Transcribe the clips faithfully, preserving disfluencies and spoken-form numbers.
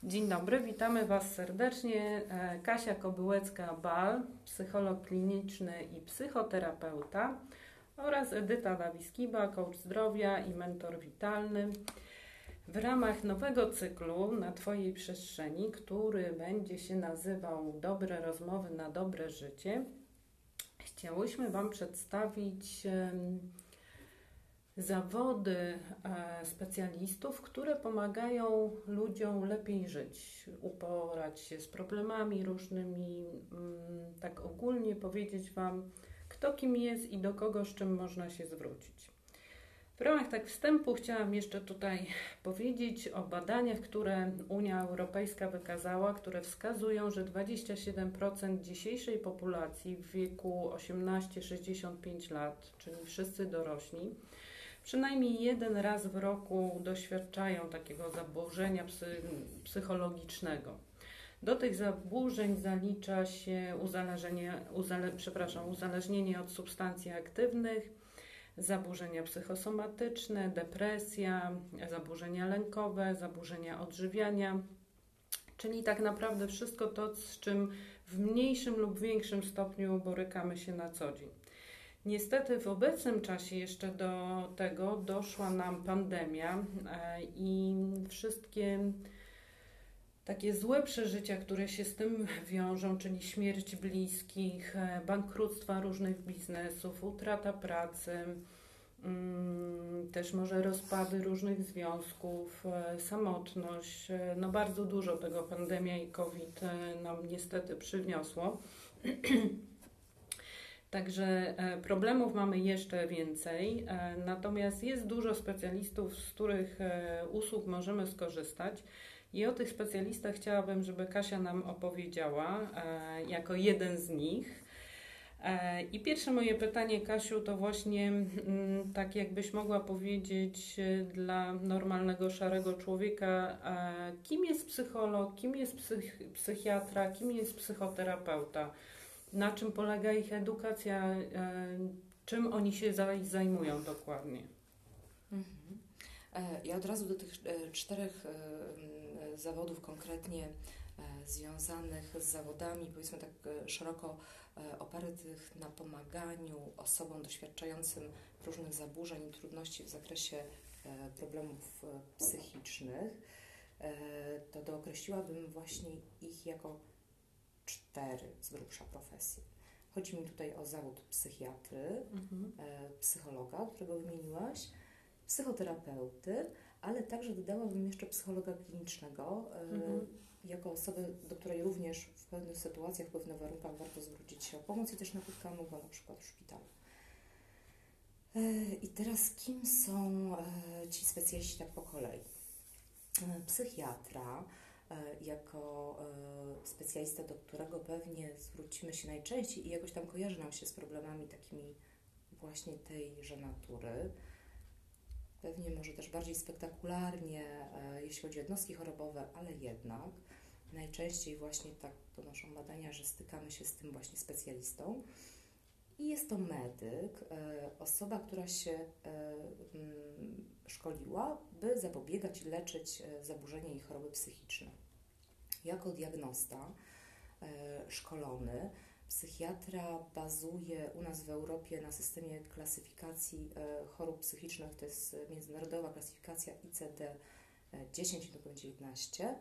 Dzień dobry, witamy Was serdecznie. E, Kasia Kobyłecka-Bal, psycholog kliniczny i psychoterapeuta oraz Edyta Dawiskiba, coach zdrowia i mentor witalny. W ramach nowego cyklu na Twojej przestrzeni, który będzie się nazywał Dobre rozmowy na dobre życie, chciałyśmy Wam przedstawić zawody specjalistów, które pomagają ludziom lepiej żyć, uporać się z problemami różnymi, tak ogólnie powiedzieć Wam, kto kim jest i do kogo z czym można się zwrócić. W ramach tak wstępu chciałam jeszcze tutaj powiedzieć o badaniach, które Unia Europejska wykazała, które wskazują, że dwadzieścia siedem procent dzisiejszej populacji w wieku osiemnaście do sześćdziesięciu pięciu lat, czyli wszyscy dorośli, przynajmniej jeden raz w roku doświadczają takiego zaburzenia psy, psychologicznego. Do tych zaburzeń zalicza się uzależnienie, uzale, przepraszam, uzależnienie od substancji aktywnych, zaburzenia psychosomatyczne, depresja, zaburzenia lękowe, zaburzenia odżywiania, czyli tak naprawdę wszystko to, z czym w mniejszym lub większym stopniu borykamy się na co dzień. Niestety w obecnym czasie jeszcze do tego doszła nam pandemia i wszystkie takie złe przeżycia, które się z tym wiążą, czyli śmierć bliskich, bankructwa różnych biznesów, utrata pracy, też może rozpady różnych związków, samotność. No bardzo dużo tego pandemia i COVID nam niestety przyniosło. Także problemów mamy jeszcze więcej, natomiast jest dużo specjalistów, z których usług możemy skorzystać i o tych specjalistach chciałabym, żeby Kasia nam opowiedziała jako jeden z nich. I pierwsze moje pytanie, Kasiu, to właśnie tak jakbyś mogła powiedzieć dla normalnego, szarego człowieka, kim jest psycholog, kim jest psych psychiatra, kim jest psychoterapeuta? Na czym polega ich edukacja, czym oni się zajmują dokładnie? Mhm. Ja od razu do tych czterech zawodów konkretnie związanych z zawodami, powiedzmy tak szeroko opartych na pomaganiu osobom doświadczającym różnych zaburzeń i trudności w zakresie problemów psychicznych, to dookreśliłabym właśnie ich jako cztery z grubsza profesje. Chodzi mi tutaj o zawód psychiatry, mhm. psychologa, którego wymieniłaś, psychoterapeuty, ale także dodałabym jeszcze psychologa klinicznego, mhm. jako osobę, do której również w pewnych sytuacjach, w pewnych warunkach warto zwrócić się o pomoc i też napotykam go na przykład w szpitalu. I teraz kim są ci specjaliści tak po kolei? Psychiatra jako specjalista, do którego pewnie zwrócimy się najczęściej i jakoś tam kojarzy nam się z problemami takimi właśnie tejże natury. Pewnie może też bardziej spektakularnie, jeśli chodzi o jednostki chorobowe, ale jednak najczęściej właśnie tak donoszą badania, że stykamy się z tym właśnie specjalistą. I jest to medyk, osoba, która się szkoliła, by zapobiegać, leczyć zaburzenia i choroby psychiczne. Jako diagnosta szkolony, psychiatra bazuje u nas w Europie na systemie klasyfikacji chorób psychicznych, to jest międzynarodowa klasyfikacja I C D dziesięć do dziewiętnaście,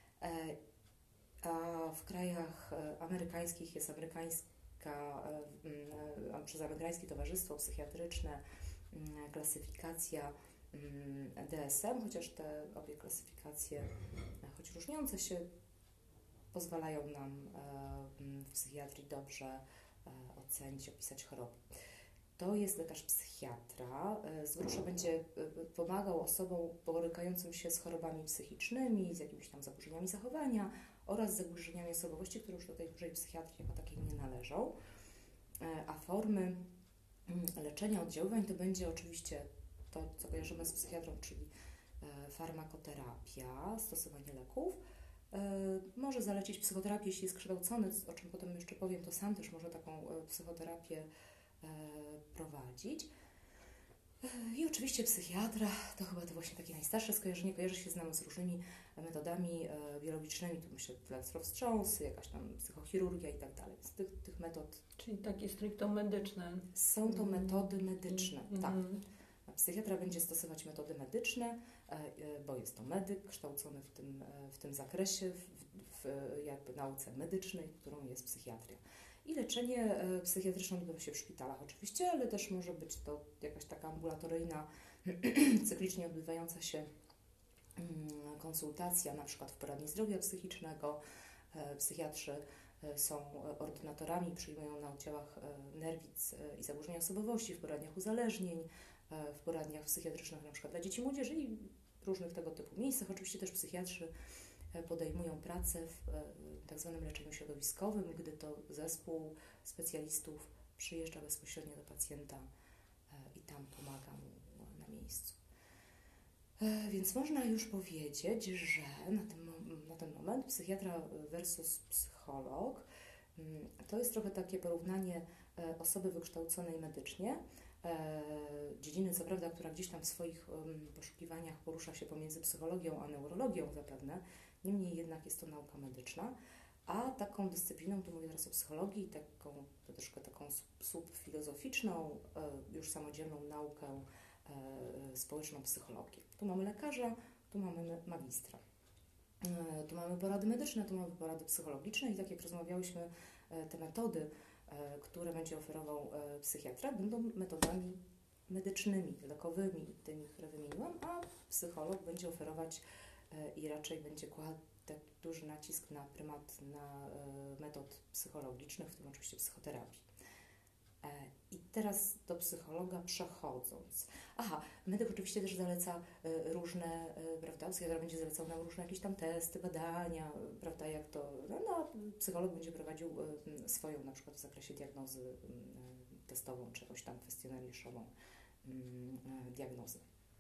a w krajach amerykańskich jest amerykańska, przez amerykańskie towarzystwo psychiatryczne klasyfikacja D S M, chociaż te obie klasyfikacje, choć różniące się, pozwalają nam w psychiatrii dobrze ocenić, opisać choroby. To jest lekarz psychiatra. Z grubsza będzie pomagał osobom borykającym się z chorobami psychicznymi, z jakimiś tam zaburzeniami zachowania oraz zaburzeniami osobowości, które już do tej dużej psychiatrii jako takiej nie należą. A formy leczenia oddziaływań to będzie oczywiście to, co kojarzymy z psychiatrą, czyli farmakoterapia, stosowanie leków. Może zalecić psychoterapię, jeśli jest kształcony, o czym potem jeszcze powiem, to sam też może taką psychoterapię prowadzić. I oczywiście psychiatra, to chyba to właśnie takie najstarsze skojarzenie, kojarzy się z nami z różnymi metodami e, biologicznymi, tu myślę elektrowstrząsy, jakaś tam psychochirurgia i tak dalej. Z tych, tych metod... Czyli takie stricte medyczne. Są to metody medyczne, mm. tak. Mm. Psychiatra będzie stosować metody medyczne, e, e, bo jest to medyk kształcony w tym, e, w tym zakresie, w, w jakby nauce medycznej, którą jest psychiatria. I leczenie e, psychiatryczne odbywa się w szpitalach oczywiście, ale też może być to jakaś taka ambulatoryjna, cyklicznie odbywająca się mm, konsultacja, na przykład w poradni zdrowia psychicznego. E, psychiatrzy e, są ordynatorami, przyjmują na oddziałach e, nerwic e, i zaburzeń osobowości, w poradniach uzależnień, e, w poradniach psychiatrycznych na przykład dla dzieci i młodzieży i w różnych tego typu miejscach. Oczywiście też psychiatrzy podejmują pracę w tak zwanym leczeniu środowiskowym, gdy to zespół specjalistów przyjeżdża bezpośrednio do pacjenta i tam pomaga mu na miejscu. Więc można już powiedzieć, że na ten, na ten moment psychiatra versus psycholog to jest trochę takie porównanie osoby wykształconej medycznie, dziedziny co prawda, która gdzieś tam w swoich poszukiwaniach porusza się pomiędzy psychologią a neurologią zapewne, niemniej jednak jest to nauka medyczna, a taką dyscypliną, tu mówię teraz o psychologii, taką, to troszkę taką subfilozoficzną, już samodzielną naukę społeczną psychologię. Tu mamy lekarza, tu mamy magistra. Tu mamy porady medyczne, tu mamy porady psychologiczne i tak jak rozmawiałyśmy, te metody, które będzie oferował psychiatra, będą metodami medycznymi, lekowymi, tymi, które wymieniłam, a psycholog będzie oferować i raczej będzie kładł taki duży nacisk na prymat na metod psychologicznych, w tym oczywiście psychoterapii. I teraz do psychologa przechodząc. Aha, medyk oczywiście też zaleca różne, prawda, psychiatra będzie zalecał nam różne jakieś tam testy, badania, prawda, jak to, no, no psycholog będzie prowadził swoją na przykład w zakresie diagnozy testową, czy jakąś tam kwestionariuszową diagnozę.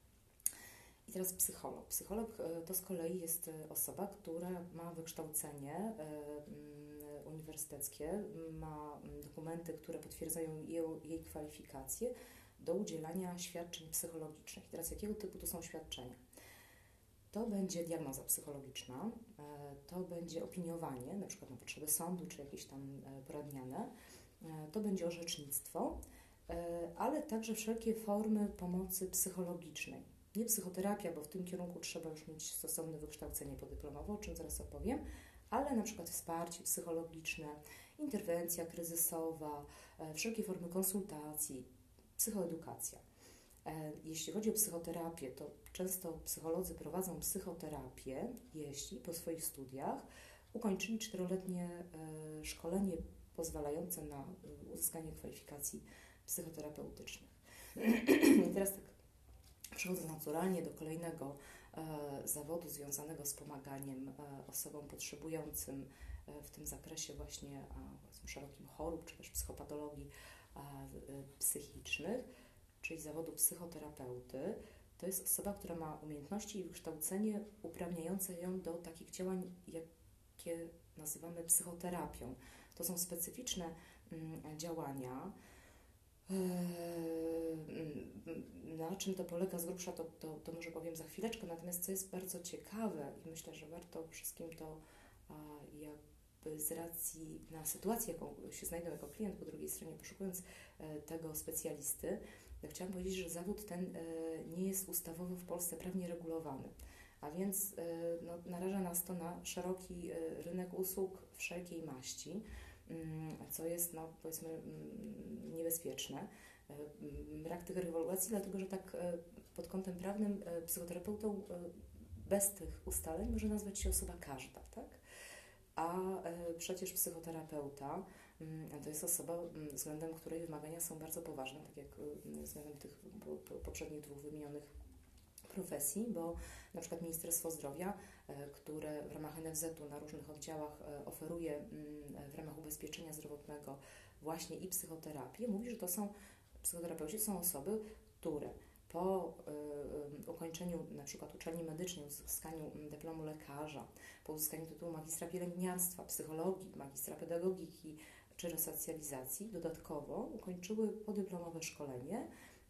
I teraz psycholog. Psycholog to z kolei jest osoba, która ma wykształcenie uniwersyteckie, ma dokumenty, które potwierdzają jej, jej kwalifikacje do udzielania świadczeń psychologicznych. I teraz jakiego typu to są świadczenia? To będzie diagnoza psychologiczna, to będzie opiniowanie, na przykład na potrzeby sądu, czy jakieś tam poradniane, to będzie orzecznictwo, ale także wszelkie formy pomocy psychologicznej. Nie psychoterapia, bo w tym kierunku trzeba już mieć stosowne wykształcenie podyplomowe, o czym zaraz opowiem, ale na przykład wsparcie psychologiczne, interwencja kryzysowa, wszelkie formy konsultacji, psychoedukacja. Jeśli chodzi o psychoterapię, to często psycholodzy prowadzą psychoterapię, jeśli po swoich studiach ukończyli czteroletnie szkolenie pozwalające na uzyskanie kwalifikacji psychoterapeutycznych. I teraz tak, przechodzę naturalnie do kolejnego e, zawodu związanego z pomaganiem e, osobom potrzebującym e, w tym zakresie właśnie a, szerokim chorób, czy też psychopatologii a, e, psychicznych, czyli zawodu psychoterapeuty. To jest osoba, która ma umiejętności i wykształcenie uprawniające ją do takich działań, jakie nazywamy psychoterapią. To są specyficzne mm, działania. Na czym to polega z grubsza, to, to, to może powiem za chwileczkę, natomiast co jest bardzo ciekawe i myślę, że warto wszystkim to a, jakby z racji na sytuację, jaką się znajdą jako klient po drugiej stronie, poszukując e, tego specjalisty, ja chciałam powiedzieć, że zawód ten e, nie jest ustawowo w Polsce prawnie regulowany, a więc e, no, naraża nas to na szeroki e, rynek usług wszelkiej maści, co jest, no, powiedzmy, niebezpieczne. Brak tych regulacji, dlatego że tak pod kątem prawnym psychoterapeutą bez tych ustaleń może nazwać się osoba każda, tak? A przecież psychoterapeuta to jest osoba, względem której wymagania są bardzo poważne, tak jak względem tych poprzednich dwóch wymienionych profesji, bo na przykład Ministerstwo Zdrowia, które w ramach N F Z u na różnych oddziałach oferuje w ramach ubezpieczenia zdrowotnego właśnie i psychoterapię, mówi, że to są psychoterapeuci, to są osoby, które po y, ukończeniu na przykład uczelni medycznej, uzyskaniu dyplomu lekarza, po uzyskaniu tytułu magistra pielęgniarstwa, psychologii, magistra pedagogiki czy resocjalizacji, dodatkowo ukończyły podyplomowe szkolenie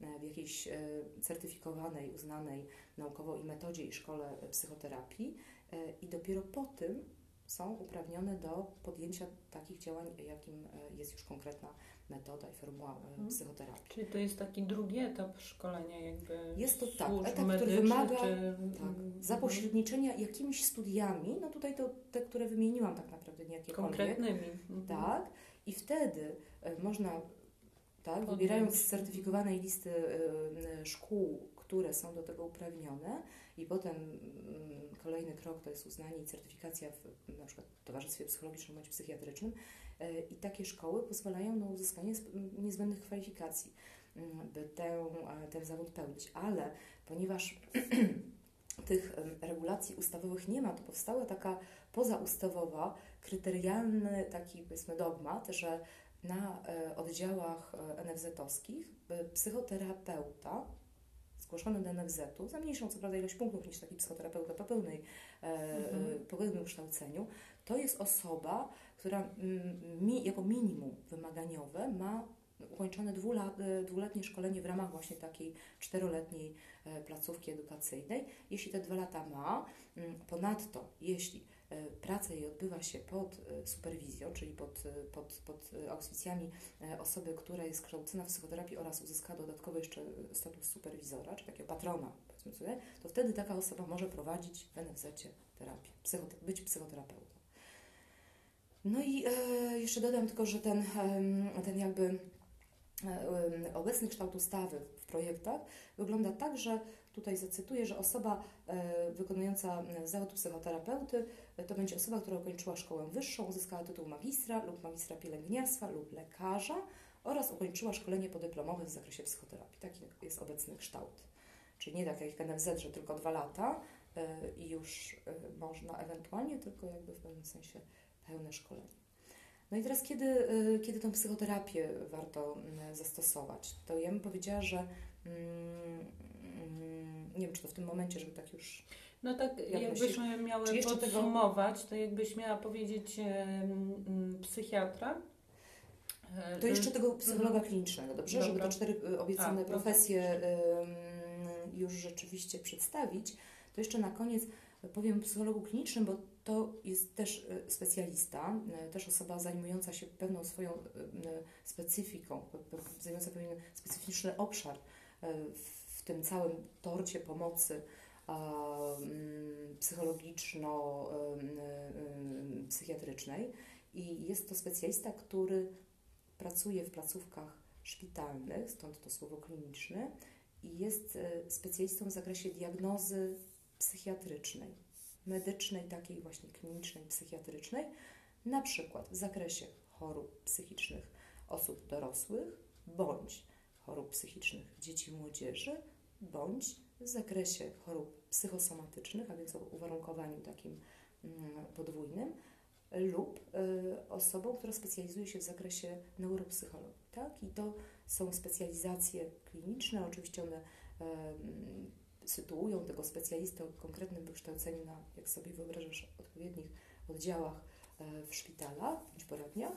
w jakiejś certyfikowanej, uznanej naukowo i metodzie i szkole psychoterapii i dopiero po tym są uprawnione do podjęcia takich działań, jakim jest już konkretna metoda i formuła hmm. psychoterapii. Czyli to jest taki drugi etap szkolenia jakby Jest to tak, etap, który wymaga czy... tak, zapośredniczenia jakimiś studiami, no tutaj to te, które wymieniłam tak naprawdę, nie jakiekolwiek. Konkretnymi. Tak, i wtedy można, tak, wybierając z certyfikowanej listy szkół, które są do tego uprawnione i potem kolejny krok to jest uznanie i certyfikacja w na przykład towarzystwie psychologicznym bądź psychiatrycznym i takie szkoły pozwalają na uzyskanie niezbędnych kwalifikacji, by tę, ten zawód pełnić. Ale ponieważ tych regulacji ustawowych nie ma, to powstała taka pozaustawowa, kryterialny taki powiedzmy dogmat, że na oddziałach en ef zet-owskich psychoterapeuta zgłoszony do en ef zetu, za mniejszą co prawda ilość punktów niż taki psychoterapeuta po, pełnej, mhm. po pełnym kształceniu, to jest osoba, która mi, jako minimum wymaganiowe ma ukończone dwula, dwuletnie szkolenie w ramach właśnie takiej czteroletniej placówki edukacyjnej. Jeśli te dwa lata ma, ponadto jeśli praca jej odbywa się pod superwizją, czyli pod, pod, pod auspicjami osoby, która jest kształcona w psychoterapii oraz uzyska dodatkowo jeszcze status superwizora, czy takiego patrona, powiedzmy sobie, to wtedy taka osoba może prowadzić w en ef zecie terapię, psychot- być psychoterapeutą. No i e, jeszcze dodam tylko, że ten, e, ten jakby e, obecny kształt ustawy w projektach wygląda tak, że tutaj zacytuję, że osoba e, wykonująca zawód psychoterapeuty e, to będzie osoba, która ukończyła szkołę wyższą, uzyskała tytuł magistra lub magistra pielęgniarstwa lub lekarza oraz ukończyła szkolenie podyplomowe w zakresie psychoterapii. Taki jest obecny kształt. Czyli nie tak jak en ef zet, że tylko dwa lata e, i już e, można ewentualnie, tylko jakby w pewnym sensie pełne szkolenie. No i teraz, kiedy, e, kiedy tą psychoterapię warto m, zastosować? To ja bym powiedziała, że mm, nie wiem, czy to w tym momencie, żeby tak już... No tak, jakbyśmy miały podsumować, tego... to jakbyś miała powiedzieć um, psychiatra. To jeszcze tego psychologa klinicznego, dobrze? Dobra. Żeby te cztery obiecane A, profesje um, już rzeczywiście przedstawić. To jeszcze na koniec powiem o psychologu klinicznym, bo to jest też specjalista, też osoba zajmująca się pewną swoją specyfiką, zajmująca pewien specyficzny obszar w tym całym torcie pomocy psychologiczno-psychiatrycznej i jest to specjalista, który pracuje w placówkach szpitalnych, stąd to słowo kliniczny, i jest specjalistą w zakresie diagnozy psychiatrycznej, medycznej, takiej właśnie klinicznej, psychiatrycznej, na przykład w zakresie chorób psychicznych osób dorosłych, bądź chorób psychicznych dzieci i młodzieży, bądź w zakresie chorób psychosomatycznych, a więc o uwarunkowaniu takim podwójnym, lub y, osobą, która specjalizuje się w zakresie neuropsychologii. Tak? I to są specjalizacje kliniczne, oczywiście one y, sytuują tego specjalistę o konkretnym wykształceniu na, jak sobie wyobrażasz, odpowiednich oddziałach y, w szpitalach bądź poradniach.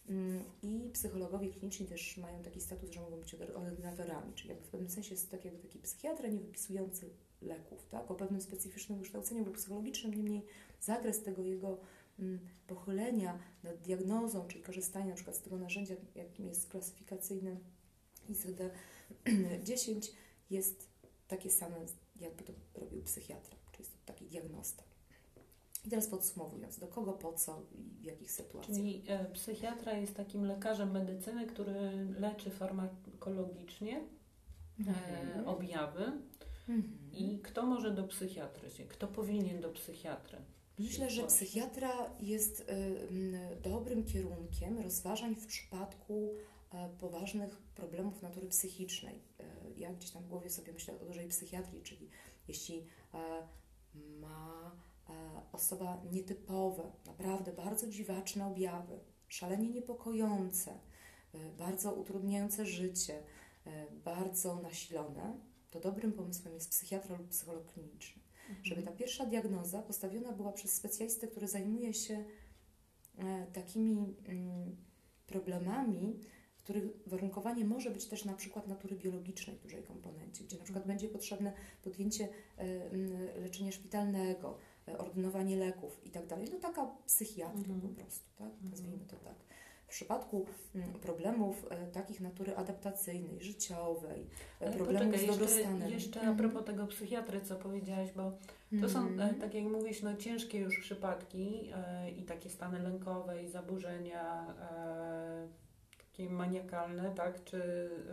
I psychologowie kliniczni też mają taki status, że mogą być ordynatorami, czyli jakby w pewnym sensie jest tak jakby taki psychiatra nie wypisujący leków, tak? O pewnym specyficznym wykształceniu lub psychologicznym, niemniej zakres tego jego mm, pochylenia nad diagnozą, czyli korzystania na przykład z tego narzędzia, jakim jest klasyfikacyjne I C D dziesięć, jest takie same, jakby to robił psychiatra, czyli jest to taki diagnosta. I teraz podsumowując, do kogo, po co i w jakich sytuacjach? Czyli e, psychiatra jest takim lekarzem medycyny, który leczy farmakologicznie e, objawy. Mm-hmm. I kto może do psychiatry się? Kto powinien do psychiatry? Myślę, że psychiatra jest y, y, dobrym kierunkiem rozważań w przypadku y, poważnych problemów natury psychicznej. Y, ja gdzieś tam w głowie sobie myślę o dużej psychiatrii, czyli jeśli y, ma osoba nietypowe, naprawdę bardzo dziwaczne objawy, szalenie niepokojące, bardzo utrudniające życie, bardzo nasilone, to dobrym pomysłem jest psychiatra lub psycholog kliniczny. Mhm. Żeby ta pierwsza diagnoza postawiona była przez specjalistę, który zajmuje się takimi problemami których warunkowanie może być też na przykład natury biologicznej w dużej komponencie, gdzie na przykład będzie potrzebne podjęcie leczenia szpitalnego, ordynowanie leków i tak dalej. No taka psychiatria Mhm. po prostu, tak? Mhm. Nazwijmy to tak. W przypadku problemów takich natury adaptacyjnej, życiowej, Ale problemów poczekaj, z dobrostanem. Jeszcze, jeszcze Mhm. a propos tego psychiatry, co powiedziałaś, bo to są, Mhm. tak jak mówisz, no, ciężkie już przypadki e, i takie stany lękowe i zaburzenia e, takie maniakalne, tak, czy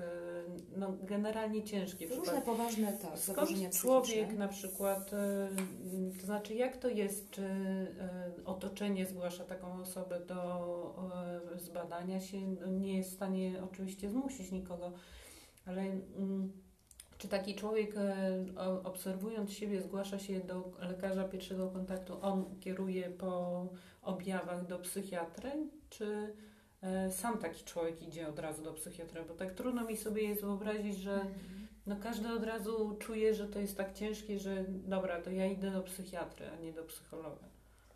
e, no, generalnie ciężkie Różne przypadki. poważne tak, zaburzenia Skąd człowiek psychiczne. na przykład, e, to znaczy jak to jest, czy e, otoczenie zgłasza taką osobę do e, zbadania się, no, nie jest w stanie oczywiście zmusić nikogo, ale mm, czy taki człowiek e, o- obserwując siebie zgłasza się do lekarza pierwszego kontaktu, on kieruje po objawach do psychiatry, czy e, sam taki człowiek idzie od razu do psychiatra? Bo tak trudno mi sobie jest wyobrazić, że Mhm. no każdy od razu czuje, że to jest tak ciężkie, że dobra, to ja idę do psychiatry, a nie do psychologa.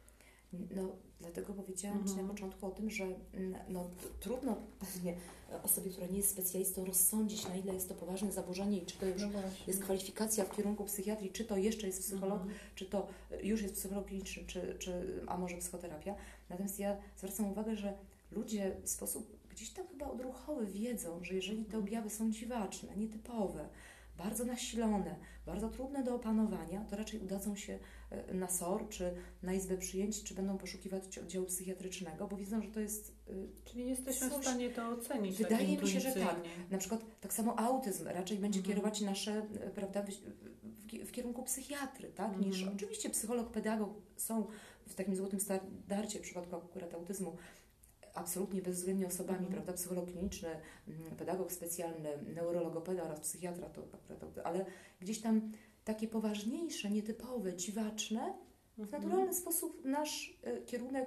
No, dlatego powiedziałam Ci Mhm. na początku o tym, że mm, no, t- trudno pewnie osobie, która nie jest specjalistą, rozsądzić, na ile jest to poważne zaburzenie i czy to już No właśnie. jest kwalifikacja w kierunku psychiatrii, czy to jeszcze jest psycholog, Mhm. czy to już jest psycholog kliniczny, czy, czy, a może psychoterapia. Natomiast ja zwracam uwagę, że ludzie w sposób gdzieś tam chyba odruchowy wiedzą, że jeżeli te objawy są dziwaczne, nietypowe, bardzo nasilone, bardzo trudne do opanowania, to raczej udadzą się e, na S O R, czy na izbę przyjęć, czy będą poszukiwać oddziału psychiatrycznego, bo wiedzą, że to jest y, Czyli jesteśmy w Coś- stanie to ocenić. Wydaje tak mi się, że tak. intuicyjnie. na przykład tak samo autyzm raczej będzie Mhm. kierować nasze, e, prawda, w, w, w kierunku psychiatry, tak, Mhm. niż oczywiście psycholog, pedagog są w takim złotym standardzie w przypadku akurat autyzmu absolutnie bezwzględnie osobami, Mhm. prawda, psycholog kliniczny, mm, pedagog specjalny, neurologopeda oraz psychiatra, to akurat, ale gdzieś tam takie poważniejsze, nietypowe, dziwaczne, w Mhm. naturalny sposób nasz e, kierunek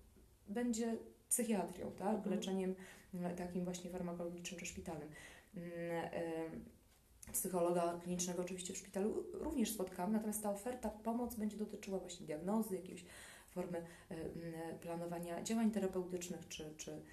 będzie psychiatrią, tak? Mhm. Leczeniem e, takim właśnie farmakologicznym czy szpitalnym. Mm, e, Psychologa klinicznego oczywiście w szpitalu również spotkałam, natomiast ta oferta, pomoc będzie dotyczyła właśnie diagnozy, jakiejś formy e, m, planowania działań terapeutycznych, czy, czy, e,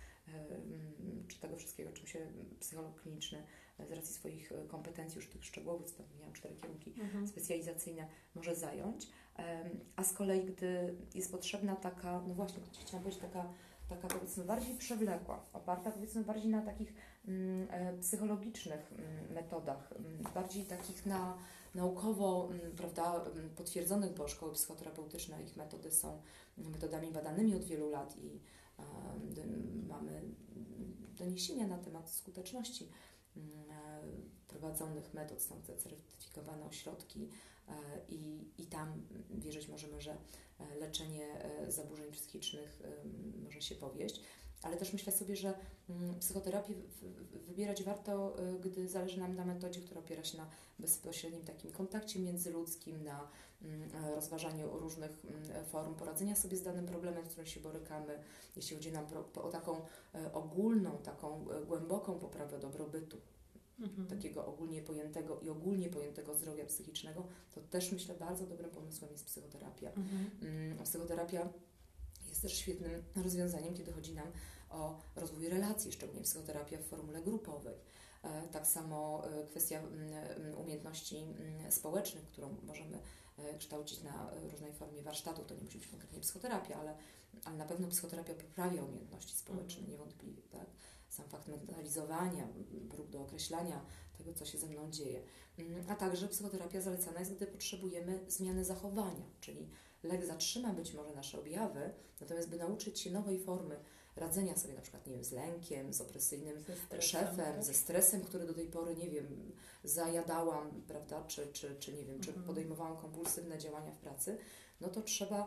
m, czy tego wszystkiego, czym się psycholog kliniczny e, z racji swoich e, kompetencji już tych szczegółowych, co tam miałam cztery kierunki Mhm. specjalizacyjne, może zająć. Em, A z kolei, gdy jest potrzebna taka, no właśnie, chciałam powiedzieć, taka, taka powiedzmy bardziej przewlekła, oparta powiedzmy bardziej na takich mm, e, psychologicznych mm, metodach, mm, bardziej takich na naukowo mm, prawda, mm, potwierdzonych, bo szkoły psychoterapeutyczne, ich metody są metodami badanymi od wielu lat i em, d- mamy doniesienia na temat skuteczności mm, e, prowadzonych metod, są te certyfikowane ośrodki e, i, i tam wierzyć możemy, że e, leczenie e, zaburzeń psychicznych em, może się powieść. Ale też myślę sobie, że mm, psychoterapię w- w- wybierać warto, y, gdy zależy nam na metodzie, która opiera się na bezpośrednim takim kontakcie międzyludzkim, na mm, e, rozważaniu różnych mm, form poradzenia sobie z danym problemem, z którym się borykamy. Jeśli chodzi nam pro, o taką e, ogólną, taką e, głęboką poprawę dobrobytu, Mhm. takiego ogólnie pojętego i ogólnie pojętego zdrowia psychicznego, to też myślę bardzo dobrym pomysłem jest psychoterapia. Mhm. Mm, Psychoterapia jest też świetnym rozwiązaniem, kiedy chodzi nam o rozwój relacji, szczególnie psychoterapia w formule grupowej. E, Tak samo e, kwestia mm, mm, umiejętności mm, społecznych, którą możemy e, kształcić na e, różnej formie warsztatu. To nie musi być konkretnie psychoterapia, ale, ale na pewno psychoterapia poprawia umiejętności społeczne, Mhm. niewątpliwie. Tak? Sam fakt mentalizowania, prób do określania tego, co się ze mną dzieje. Mm, A także psychoterapia zalecana jest, gdy potrzebujemy zmiany zachowania, czyli lek zatrzyma być może nasze objawy, natomiast by nauczyć się nowej formy radzenia sobie na przykład, nie wiem, z lękiem, z opresyjnym Ze stresem, szefem, tak? ze stresem, który do tej pory, nie wiem, zajadałam, prawda, czy, czy, czy nie wiem, czy Mhm. podejmowałam kompulsywne działania w pracy, no to trzeba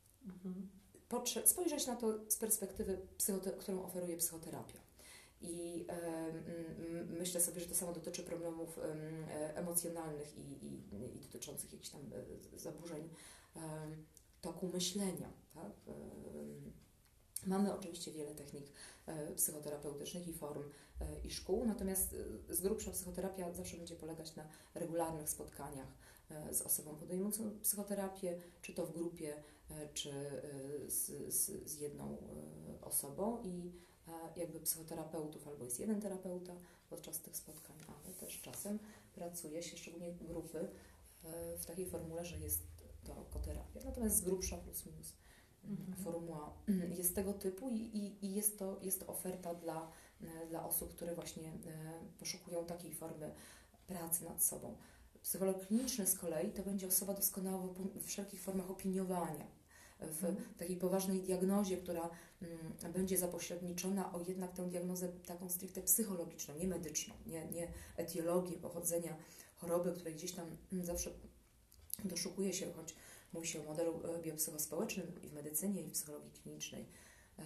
Mhm. potrze- spojrzeć na to z perspektywy, psychote- którą oferuje psychoterapia. I e, m, myślę sobie, że to samo dotyczy problemów em, e, emocjonalnych i, i, i dotyczących jakichś tam e, zaburzeń em, toku myślenia. Tak? Em, Mamy oczywiście wiele technik e, psychoterapeutycznych i form e, i szkół, natomiast e, z grubsza psychoterapia zawsze będzie polegać na regularnych spotkaniach e, z osobą podejmującą psychoterapię, czy to w grupie, e, czy e, z, z, z jedną e, osobą i jakby psychoterapeutów, albo jest jeden terapeuta podczas tych spotkań, ale też czasem pracuje się, szczególnie grupy, w takiej formule, że jest to koterapia. Natomiast z grubsza plus minus mhm. formuła jest tego typu i, i, i jest, to, jest to oferta dla, dla osób, które właśnie poszukują takiej formy pracy nad sobą. Psycholog kliniczny z kolei to będzie osoba doskonała w wszelkich formach opiniowania, w mm. takiej poważnej diagnozie, która mm, będzie zapośredniczona o jednak tę diagnozę taką stricte psychologiczną, nie medyczną, nie, nie etiologię pochodzenia choroby, której gdzieś tam zawsze doszukuje się, choć mówi się o modelu biopsychospołecznym i w medycynie, i w psychologii klinicznej, e,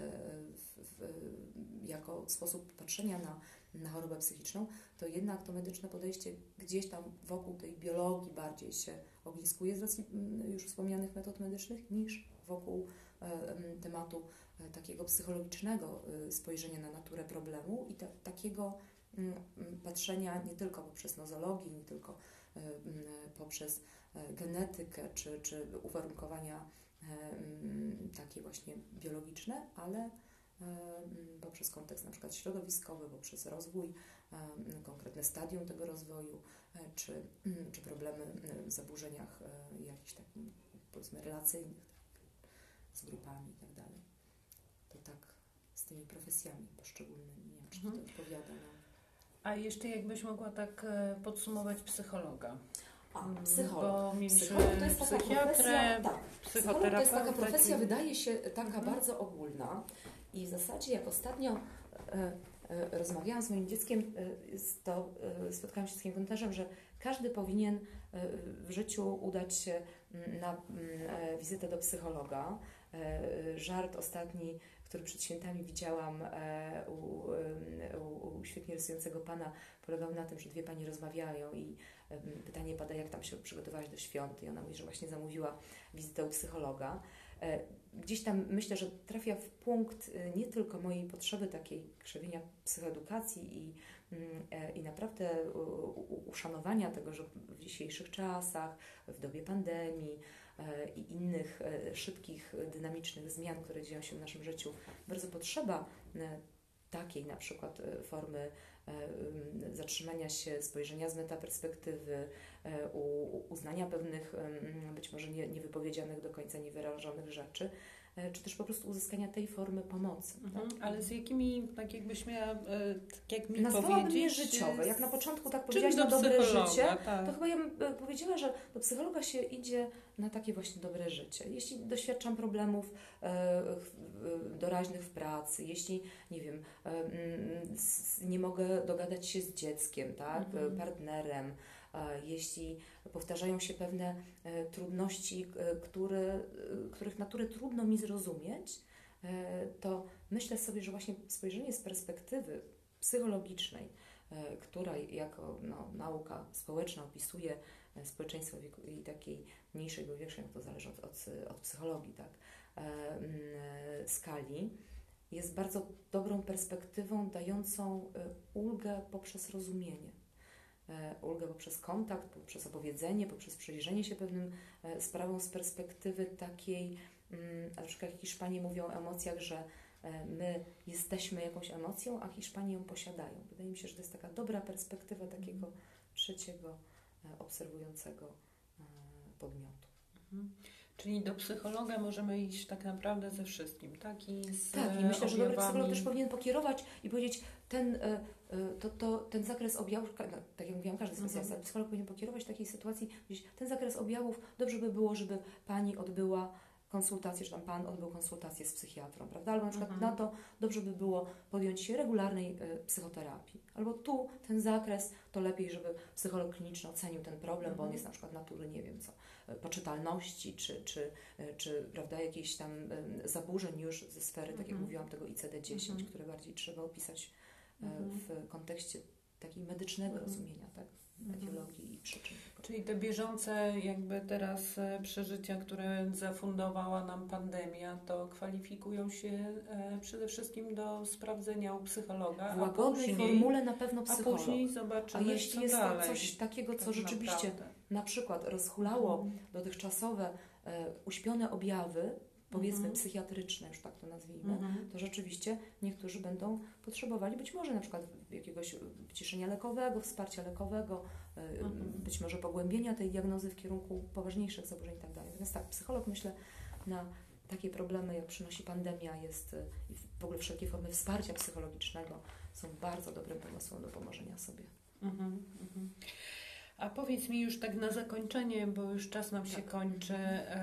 w, w, jako sposób patrzenia na, na chorobę psychiczną, to jednak to medyczne podejście gdzieś tam wokół tej biologii bardziej się ogniskuje z racji już wspomnianych metod medycznych niż wokół e, tematu e, takiego psychologicznego e, spojrzenia na naturę problemu i ta, takiego m, patrzenia nie tylko poprzez nozologię, nie tylko e, m, poprzez e, genetykę czy, czy uwarunkowania e, m, takie właśnie biologiczne, ale poprzez kontekst na przykład środowiskowy, poprzez rozwój, konkretne stadium tego rozwoju, czy, czy problemy w zaburzeniach jakichś takich, powiedzmy, relacyjnych z grupami i tak dalej. To tak z tymi profesjami poszczególnymi. Nie wiem, czy to mhm. odpowiada nam. A jeszcze jakbyś mogła tak podsumować psychologa? A, psycholog. Bo psycholog to jest taka profesja, tak, psycholog to jest taka profesja, taki... wydaje się taka mhm. bardzo ogólna. I w zasadzie jak ostatnio e, e, rozmawiałam z moim dzieckiem, e, to e, spotkałam się z takim komentarzem, że każdy powinien e, w życiu udać się na e, wizytę do psychologa. E, żart ostatni, który przed świętami widziałam e, u, e, u, u świetnie rysującego pana, polegał na tym, że dwie pani rozmawiają i e, pytanie pada, jak tam się przygotowałaś do świąt, i ona mówi, że właśnie zamówiła wizytę u psychologa. E, Gdzieś tam myślę, że trafia w punkt nie tylko mojej potrzeby takiej krzewienia psychoedukacji i, i naprawdę uszanowania tego, że w dzisiejszych czasach, w dobie pandemii i innych szybkich, dynamicznych zmian, które dzieją się w naszym życiu, bardzo potrzeba takiej na przykład formy zatrzymania się, spojrzenia z metaperspektywy, uznania pewnych być może nie, niewypowiedzianych do końca, niewyrażonych rzeczy, czy też po prostu uzyskania tej formy pomocy. Mhm. Tak? Ale z jakimi, tak jakbyś miała, tak jak mi nazwałabym powiedzieć... je życiowe. Jak na początku tak powiedziałaś na dobre życie, tak. to chyba ja bym powiedziała, że do psychologa się idzie na takie właśnie dobre życie. Jeśli doświadczam problemów e, doraźnych w pracy, jeśli, nie wiem, e, nie mogę dogadać się z dzieckiem, tak, mhm. partnerem, jeśli powtarzają się pewne trudności, które, których natury trudno mi zrozumieć, to myślę sobie, że właśnie spojrzenie z perspektywy psychologicznej, która jako no, nauka społeczna opisuje społeczeństwo i takiej mniejszej lub większej, to zależy od, od, od psychologii, tak, skali, jest bardzo dobrą perspektywą dającą ulgę poprzez rozumienie. Ulgę poprzez kontakt, poprzez opowiedzenie, poprzez przyjrzenie się pewnym sprawom z perspektywy takiej, na przykład jak Hiszpanie mówią o emocjach, że my jesteśmy jakąś emocją, a Hiszpanie ją posiadają. Wydaje mi się, że to jest taka dobra perspektywa takiego trzeciego, obserwującego podmiotu. Mhm. Czyli do psychologa możemy iść tak naprawdę ze wszystkim, tak? I z tak, i myślę, że dobry psycholog też powinien pokierować i powiedzieć, ten, to, to, ten zakres objawów, no, tak jak mówiłam, każdy specjalista, mhm. psycholog powinien pokierować w takiej sytuacji, powiedzieć, ten zakres objawów, dobrze by było, żeby pani odbyła konsultację, czy tam pan odbył konsultację z psychiatrą, prawda? Albo na przykład mhm. na to dobrze by było podjąć się regularnej y, psychoterapii. Albo tu ten zakres, to lepiej, żeby psycholog kliniczny ocenił ten problem, mhm. bo on jest na przykład natury, nie wiem co, poczytalności, czy, czy, czy prawda, jakichś tam y, zaburzeń już ze sfery, mhm. tak jak mówiłam, tego I C D dziesięć, mhm. które bardziej trzeba opisać y, mhm. w kontekście takiego medycznego mhm. rozumienia, tak? Etiologii i przyczyn. Czyli te bieżące jakby teraz przeżycia, które zafundowała nam pandemia, to kwalifikują się e, przede wszystkim do sprawdzenia u psychologa. W łagodnej później, formule na pewno psycholog. A później zobaczymy, A jeśli co jest dalej, to coś takiego, co tak rzeczywiście naprawdę. na przykład rozhulało mhm. dotychczasowe e, uśpione objawy, powiedzmy Mhm. psychiatryczne, już tak to nazwijmy, Mhm. to rzeczywiście niektórzy będą potrzebowali być może na przykład jakiegoś wyciszenia lekowego, wsparcia lekowego, y, Mhm. być może pogłębienia tej diagnozy w kierunku poważniejszych zaburzeń i tak dalej. Natomiast tak, psycholog myślę na takie problemy, jak przynosi pandemia, jest y, i w ogóle wszelkie formy wsparcia psychologicznego są bardzo dobrym pomysłem do pomożenia sobie. Mhm. Mhm. A powiedz mi już tak na zakończenie, bo już czas nam się Tak. kończy.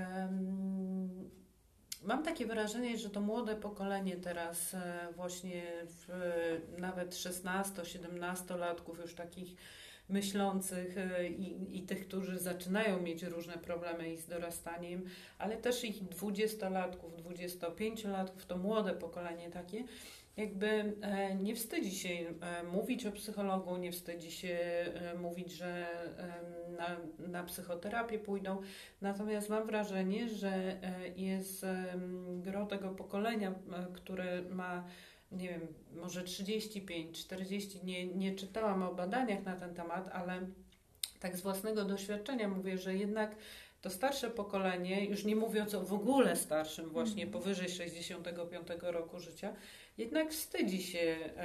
Em, Mam takie wrażenie, że to młode pokolenie teraz e, właśnie w, nawet szesnasto-siedemnastolatków już takich myślących e, i, i tych, którzy zaczynają mieć różne problemy i z dorastaniem, ale też ich dwudziestolatków, dwudziestopięciolatków, to młode pokolenie takie, jakby e, nie wstydzi się e, mówić o psychologu, nie wstydzi się e, mówić, że e, na, na psychoterapię pójdą. Natomiast mam wrażenie, że e, jest e, gro tego pokolenia, e, które ma, nie wiem, może trzydzieści pięć, czterdzieści, nie, nie czytałam o badaniach na ten temat, ale tak z własnego doświadczenia mówię, że jednak to starsze pokolenie, już nie mówiąc o w ogóle starszym, właśnie Mhm. powyżej sześćdziesiątego piątego roku życia, jednak wstydzi się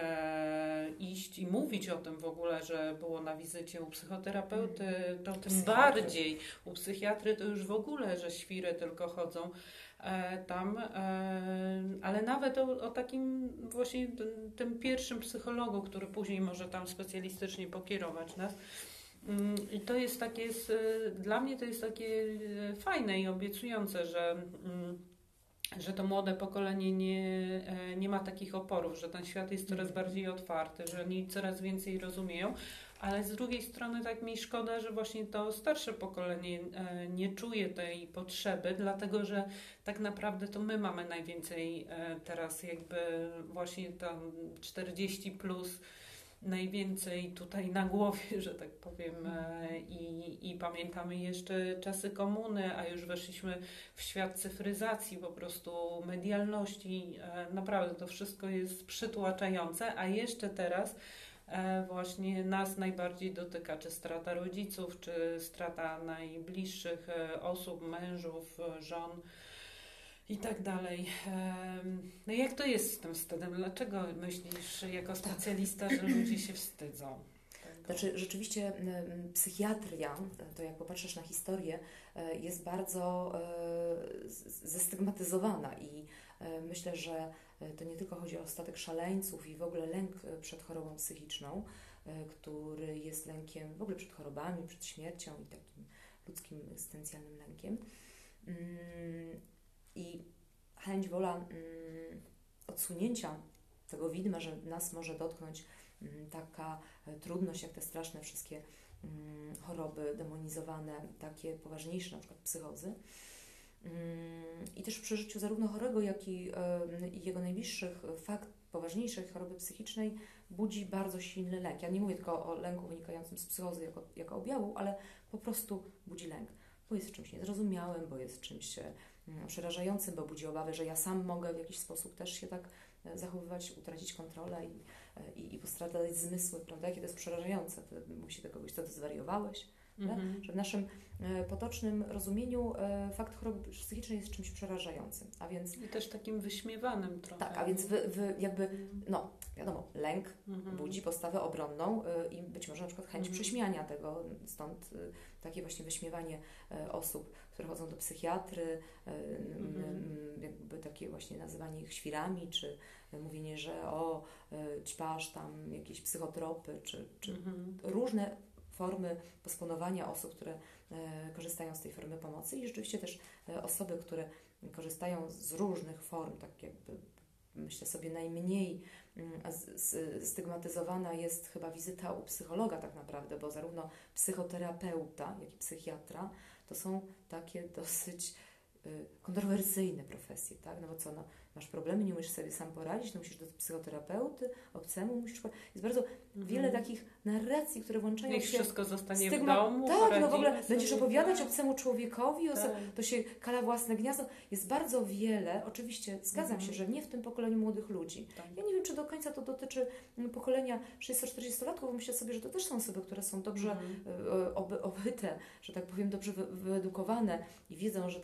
e, iść i mówić o tym w ogóle, że było na wizycie u psychoterapeuty, to tym Psychiatry. bardziej u psychiatry to już w ogóle, że świry tylko chodzą e, tam, e, ale nawet o, o takim właśnie tym, tym pierwszym psychologu, który później może tam specjalistycznie pokierować nas. Mm, I to jest takie, jest, e, dla mnie to jest takie e, fajne i obiecujące, że mm, że to młode pokolenie nie, e, nie ma takich oporów, że ten świat jest coraz bardziej otwarty, że oni coraz więcej rozumieją, ale z drugiej strony tak mi szkoda, że właśnie to starsze pokolenie e, nie czuje tej potrzeby, dlatego że tak naprawdę to my mamy najwięcej e, teraz jakby właśnie tam czterdzieści plus najwięcej tutaj na głowie, że tak powiem, e, i, i pamiętamy jeszcze czasy komuny, a już weszliśmy w świat cyfryzacji, po prostu medialności. E, Naprawdę to wszystko jest przytłaczające, a jeszcze teraz e, właśnie nas najbardziej dotyka, czy strata rodziców, czy strata najbliższych e, osób, mężów, e, żon i tak dalej. Em, No jak to jest z tym wstydem? Dlaczego myślisz jako specjalista, że ludzie się wstydzą tego? Znaczy rzeczywiście m, psychiatria, to jak popatrzysz na historię, e, jest bardzo e, z- zestygmatyzowana i e, myślę, że e, to nie tylko chodzi o statek szaleńców i w ogóle lęk e, przed chorobą psychiczną, e, który jest lękiem w ogóle przed chorobami, przed śmiercią i takim ludzkim egzystencjalnym lękiem. Mm, I chęć, wola mm, odsunięcia tego widma, że nas może dotknąć mm, taka e, trudność, jak te straszne wszystkie mm, choroby demonizowane, takie poważniejsze, na przykład psychozy. Mm, I też w przeżyciu zarówno chorego, jak i, e, i jego najbliższych e, fakt poważniejszej choroby psychicznej budzi bardzo silny lęk. Ja nie mówię tylko o lęku wynikającym z psychozy jako, jako objawu, ale po prostu budzi lęk, bo jest czymś niezrozumiałym, bo jest czymś e, przerażającym, bo budzi obawy, że ja sam mogę w jakiś sposób też się tak e, zachowywać, utracić kontrolę i, e, i, i postradać zmysły, prawda? Jakie to jest przerażające. To mówi się do kogoś, co ty zwariowałeś? Mhm. Że w naszym e, potocznym rozumieniu e, fakt choroby psychicznej jest czymś przerażającym. A więc I też takim wyśmiewanym trochę. tak, a więc wy, wy jakby, no wiadomo, lęk Mhm. budzi postawę obronną y, i być może na przykład chęć Mhm. prześmiania tego, stąd y, takie właśnie wyśmiewanie y, osób, które chodzą do psychiatry, y, Mhm. y, jakby takie właśnie nazywanie ich świrami, czy y, mówienie, że o, y, ćpasz tam jakieś psychotropy, czy, czy Mhm. różne formy posponowania osób, które e, korzystają z tej formy pomocy i rzeczywiście też e, osoby, które korzystają z różnych form, tak jakby myślę sobie najmniej mm, z, z, stygmatyzowana jest chyba wizyta u psychologa tak naprawdę, bo zarówno psychoterapeuta, jak i psychiatra to są takie dosyć y, kontrowersyjne profesje, tak? No bo co, no, masz problemy, nie umiesz sobie sam poradzić, no musisz do psychoterapeuty, obcemu musisz... Jest bardzo Mhm. wiele takich narracji, które włączają Niech się... wszystko zostanie stygma- w domu, Tak, no w ogóle poradzimy będziesz sobie, opowiadać tak. obcemu człowiekowi, oso- Tak. to się kala własne gniazdo. Jest bardzo wiele, oczywiście zgadzam Mhm. się, że nie w tym pokoleniu młodych ludzi. Tak. Ja nie wiem, czy do końca to dotyczy mm, pokolenia trzydziesto-czterdziestolatków, bo myślę sobie, że to też są osoby, które są dobrze Mhm. e, oby, obyte, że tak powiem, dobrze wy, wyedukowane i wiedzą, że tak jak, nie wiem,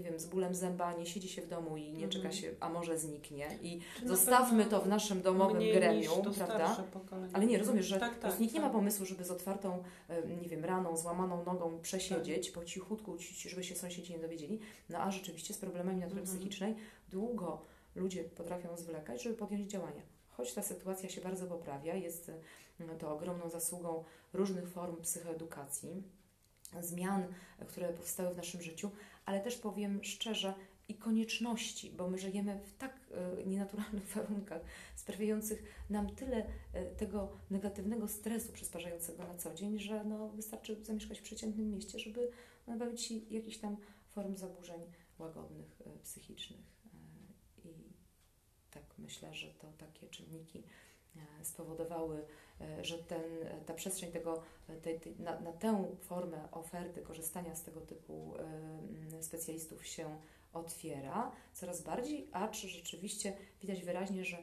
wiem, z bólem zęba, nie siedzi się w domu i nie Mhm. czeka się, a może zniknie i Czy zostawmy na to w naszym domowym mniej gremium, niż to prawda? starsze pokolenie. Ale nie, rozumiesz, że tak, po prostu tak, nikt nie ma tak. pomysłu, żeby z otwartą, e, nie wiem, raną, złamaną nogą przesiedzieć po cichutku, ci- żeby się sąsiedzi nie dowiedzieli. No a rzeczywiście z problemami natury Mhm. psychicznej długo ludzie potrafią zwlekać, żeby podjąć działania. Choć ta sytuacja się bardzo poprawia, jest e, to ogromną zasługą różnych form psychoedukacji, zmian, e, które powstały w naszym życiu, ale też powiem szczerze, i konieczności, bo my żyjemy w tak e, nienaturalnych warunkach, sprawiających nam tyle e, tego negatywnego stresu przysparzającego na co dzień, że no, wystarczy zamieszkać w przeciętnym mieście, żeby nabawić się jakichś tam form zaburzeń łagodnych, e, psychicznych. E, I tak myślę, że to takie czynniki e, spowodowały, e, że ten, e, ta przestrzeń tego, e, tej, tej, na, na tę formę oferty korzystania z tego typu e, m, specjalistów się otwiera coraz bardziej, a czy rzeczywiście widać wyraźnie, że y,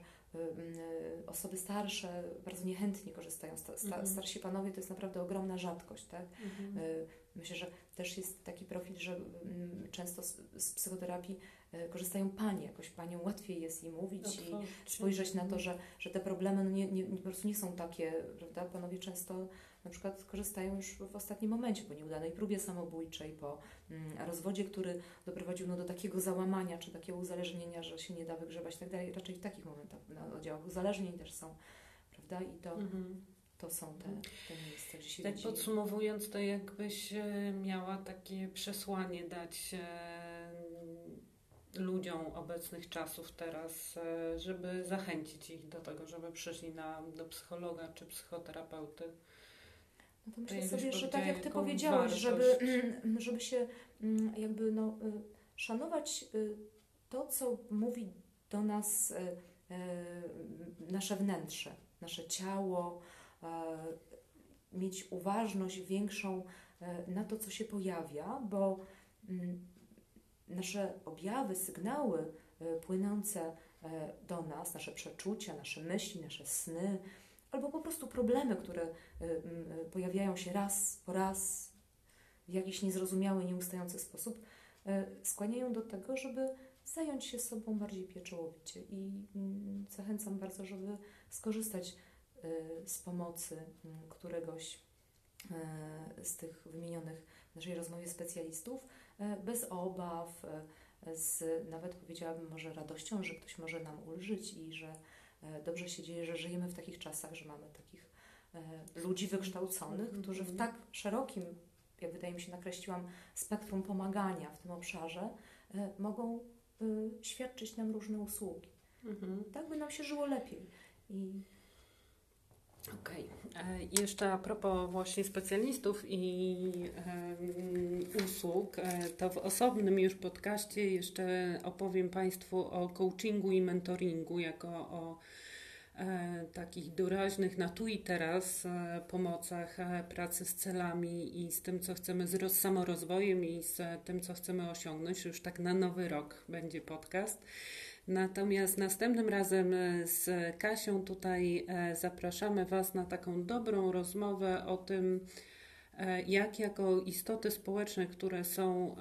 y, osoby starsze bardzo niechętnie korzystają. Sta, sta, Mhm. Starsi panowie to jest naprawdę ogromna rzadkość, tak? Mhm. Y, Myślę, że też jest taki profil, że mm, często z, z psychoterapii y, korzystają panie, jakoś paniom łatwiej jest im mówić i Otworzyć się. spojrzeć na to, Mhm. że, że te problemy no nie, nie, po prostu nie są takie, prawda? Panowie często na przykład korzystają już w ostatnim momencie, po nieudanej próbie samobójczej, po mm, rozwodzie, który doprowadził no, do takiego załamania czy takiego uzależnienia, że się nie da wygrzebać i tak dalej. Raczej w takich momentach na oddziałach uzależnień też są, prawda? I to, Mhm. to są te, te miejsca, gdzie się Tak widzi. podsumowując, to jakbyś e, miała takie przesłanie dać e, ludziom obecnych czasów teraz, e, żeby zachęcić ich do tego, żeby przyszli na, do psychologa czy psychoterapeuty. No to myślę jakbyś sobie, że tak powiedziała, jak Ty jaką powiedziałeś, żeby, wartość? żeby się mm, jakby no, y, szanować y, to, co mówi do nas y, y, nasze wnętrze, nasze ciało, y, mieć uważność większą y, na to, co się pojawia, bo y, nasze objawy, sygnały y, płynące y, do nas, nasze przeczucia, nasze myśli, nasze sny, albo po prostu problemy, które y, y, pojawiają się raz po raz w jakiś niezrozumiały, nieustający sposób, y, skłaniają do tego, żeby zająć się sobą bardziej pieczołowicie. I y, zachęcam bardzo, żeby skorzystać y, z pomocy y, któregoś y, z tych wymienionych w naszej rozmowie specjalistów, y, bez obaw, y, z nawet powiedziałabym może radością, że ktoś może nam ulżyć i że dobrze się dzieje, że żyjemy w takich czasach, że mamy takich e, ludzi wykształconych, Mhm. którzy w tak szerokim, jak wydaje mi się nakreśliłam, spektrum pomagania w tym obszarze, e, mogą e, świadczyć nam różne usługi. Mhm. Tak by nam się żyło lepiej. I Okej. E, Jeszcze a propos właśnie specjalistów i e, usług, e, to w osobnym już podcaście jeszcze opowiem Państwu o coachingu i mentoringu jako o e, takich doraźnych na tu i teraz e, pomocach e, pracy z celami i z tym, co chcemy, z roz, samorozwojem i z e, tym, co chcemy osiągnąć. Już tak na nowy rok będzie podcast. Natomiast następnym razem z Kasią tutaj zapraszamy Was na taką dobrą rozmowę o tym, jak jako istoty społeczne, które są,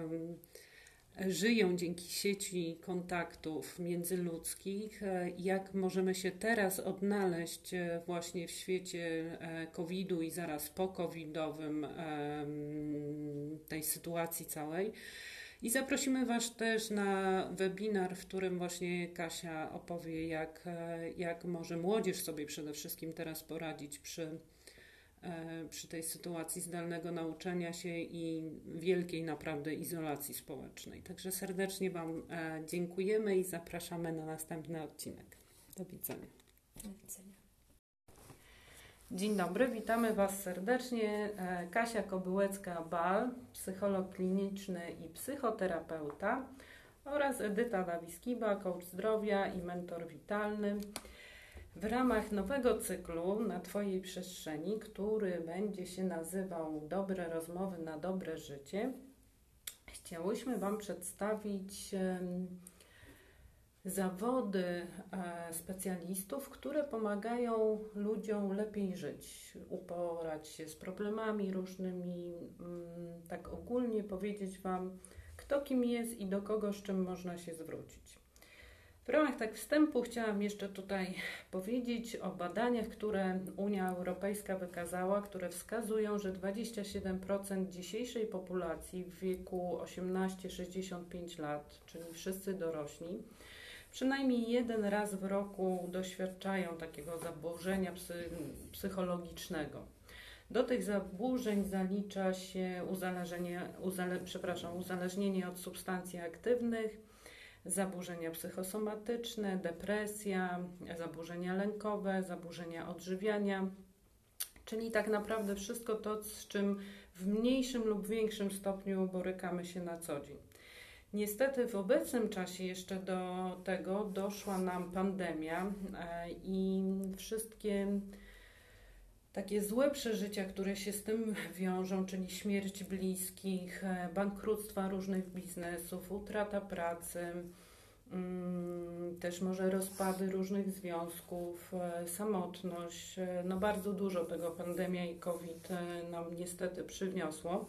żyją dzięki sieci kontaktów międzyludzkich, jak możemy się teraz odnaleźć właśnie w świecie kowidu i zaraz po kowidowym tej sytuacji całej. I zaprosimy Was też na webinar, w którym właśnie Kasia opowie, jak, jak może młodzież sobie przede wszystkim teraz poradzić przy, przy tej sytuacji zdalnego nauczania się i wielkiej naprawdę izolacji społecznej. Także serdecznie Wam dziękujemy i zapraszamy na następny odcinek. Do widzenia. do widzenia. Dzień dobry, witamy Was serdecznie. Kasia Kobyłecka-Bal, psycholog kliniczny i psychoterapeuta oraz Edyta Dawiskiba, coach zdrowia i mentor witalny. W ramach nowego cyklu na Twojej przestrzeni, który będzie się nazywał Dobre rozmowy na dobre życie, chciałyśmy Wam przedstawić zawody specjalistów, które pomagają ludziom lepiej żyć, uporać się z problemami różnymi, tak ogólnie powiedzieć Wam, kto kim jest i do kogo, z czym można się zwrócić. W ramach tak wstępu chciałam jeszcze tutaj powiedzieć o badaniach, które Unia Europejska wykazała, które wskazują, że dwadzieścia siedem procent dzisiejszej populacji w wieku osiemnaście do sześćdziesięciu pięciu lat, czyli wszyscy dorośli, przynajmniej jeden raz w roku doświadczają takiego zaburzenia psy, psychologicznego. Do tych zaburzeń zalicza się uzależnienie, uzale, przepraszam, uzależnienie od substancji aktywnych, zaburzenia psychosomatyczne, depresja, zaburzenia lękowe, zaburzenia odżywiania, czyli tak naprawdę wszystko to, z czym w mniejszym lub większym stopniu borykamy się na co dzień. Niestety w obecnym czasie jeszcze do tego doszła nam pandemia i wszystkie takie złe przeżycia, które się z tym wiążą, czyli śmierć bliskich, bankructwa różnych biznesów, utrata pracy, też może rozpady różnych związków, samotność. No bardzo dużo tego pandemia i COVID nam niestety przyniosło.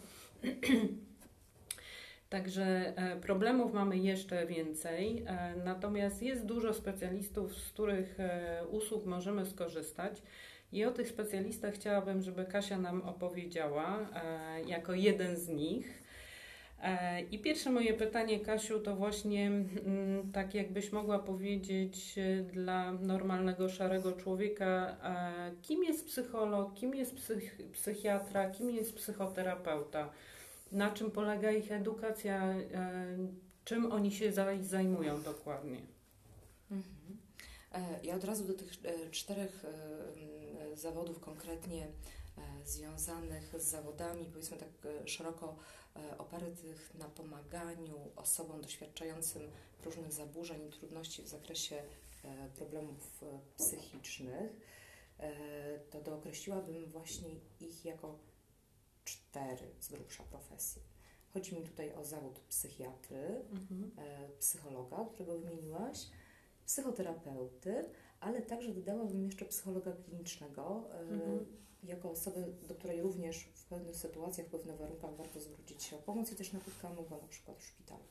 Także problemów mamy jeszcze więcej, natomiast jest dużo specjalistów, z których usług możemy skorzystać. I o tych specjalistach chciałabym, żeby Kasia nam opowiedziała e, jako jeden z nich. E, I pierwsze moje pytanie, Kasiu, to właśnie m, tak jakbyś mogła powiedzieć e, dla normalnego, szarego człowieka, e, kim jest psycholog, kim jest psych, psychiatra, kim jest psychoterapeuta, na czym polega ich edukacja, e, czym oni się zajmują dokładnie. Mhm. Ja od razu do tych czterech zawodów konkretnie związanych z zawodami, powiedzmy tak szeroko opartych na pomaganiu osobom doświadczającym różnych zaburzeń i trudności w zakresie problemów psychicznych, to dookreśliłabym właśnie ich jako cztery z grubsza profesje. Chodzi mi tutaj o zawód psychiatry, mhm. psychologa, którego wymieniłaś, psychoterapeuty, ale także dodałabym jeszcze psychologa klinicznego, mhm. jako osobę, do której również w pewnych sytuacjach, w pewnych warunkach warto zwrócić się o pomoc i też napotkaną go na przykład w szpitalu.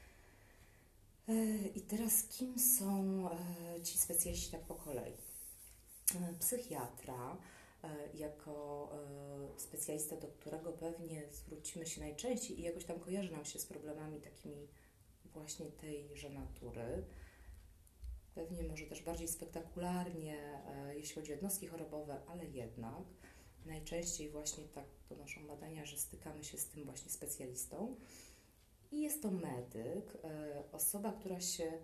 I teraz kim są ci specjaliści tak po kolei? Psychiatra jako specjalista, do którego pewnie zwrócimy się najczęściej i jakoś tam kojarzy nam się z problemami takimi właśnie tejże natury. Pewnie może też bardziej spektakularnie, e, jeśli chodzi o jednostki chorobowe, ale jednak najczęściej właśnie tak donoszą badania, że stykamy się z tym właśnie specjalistą. I jest to medyk, e, osoba, która się e,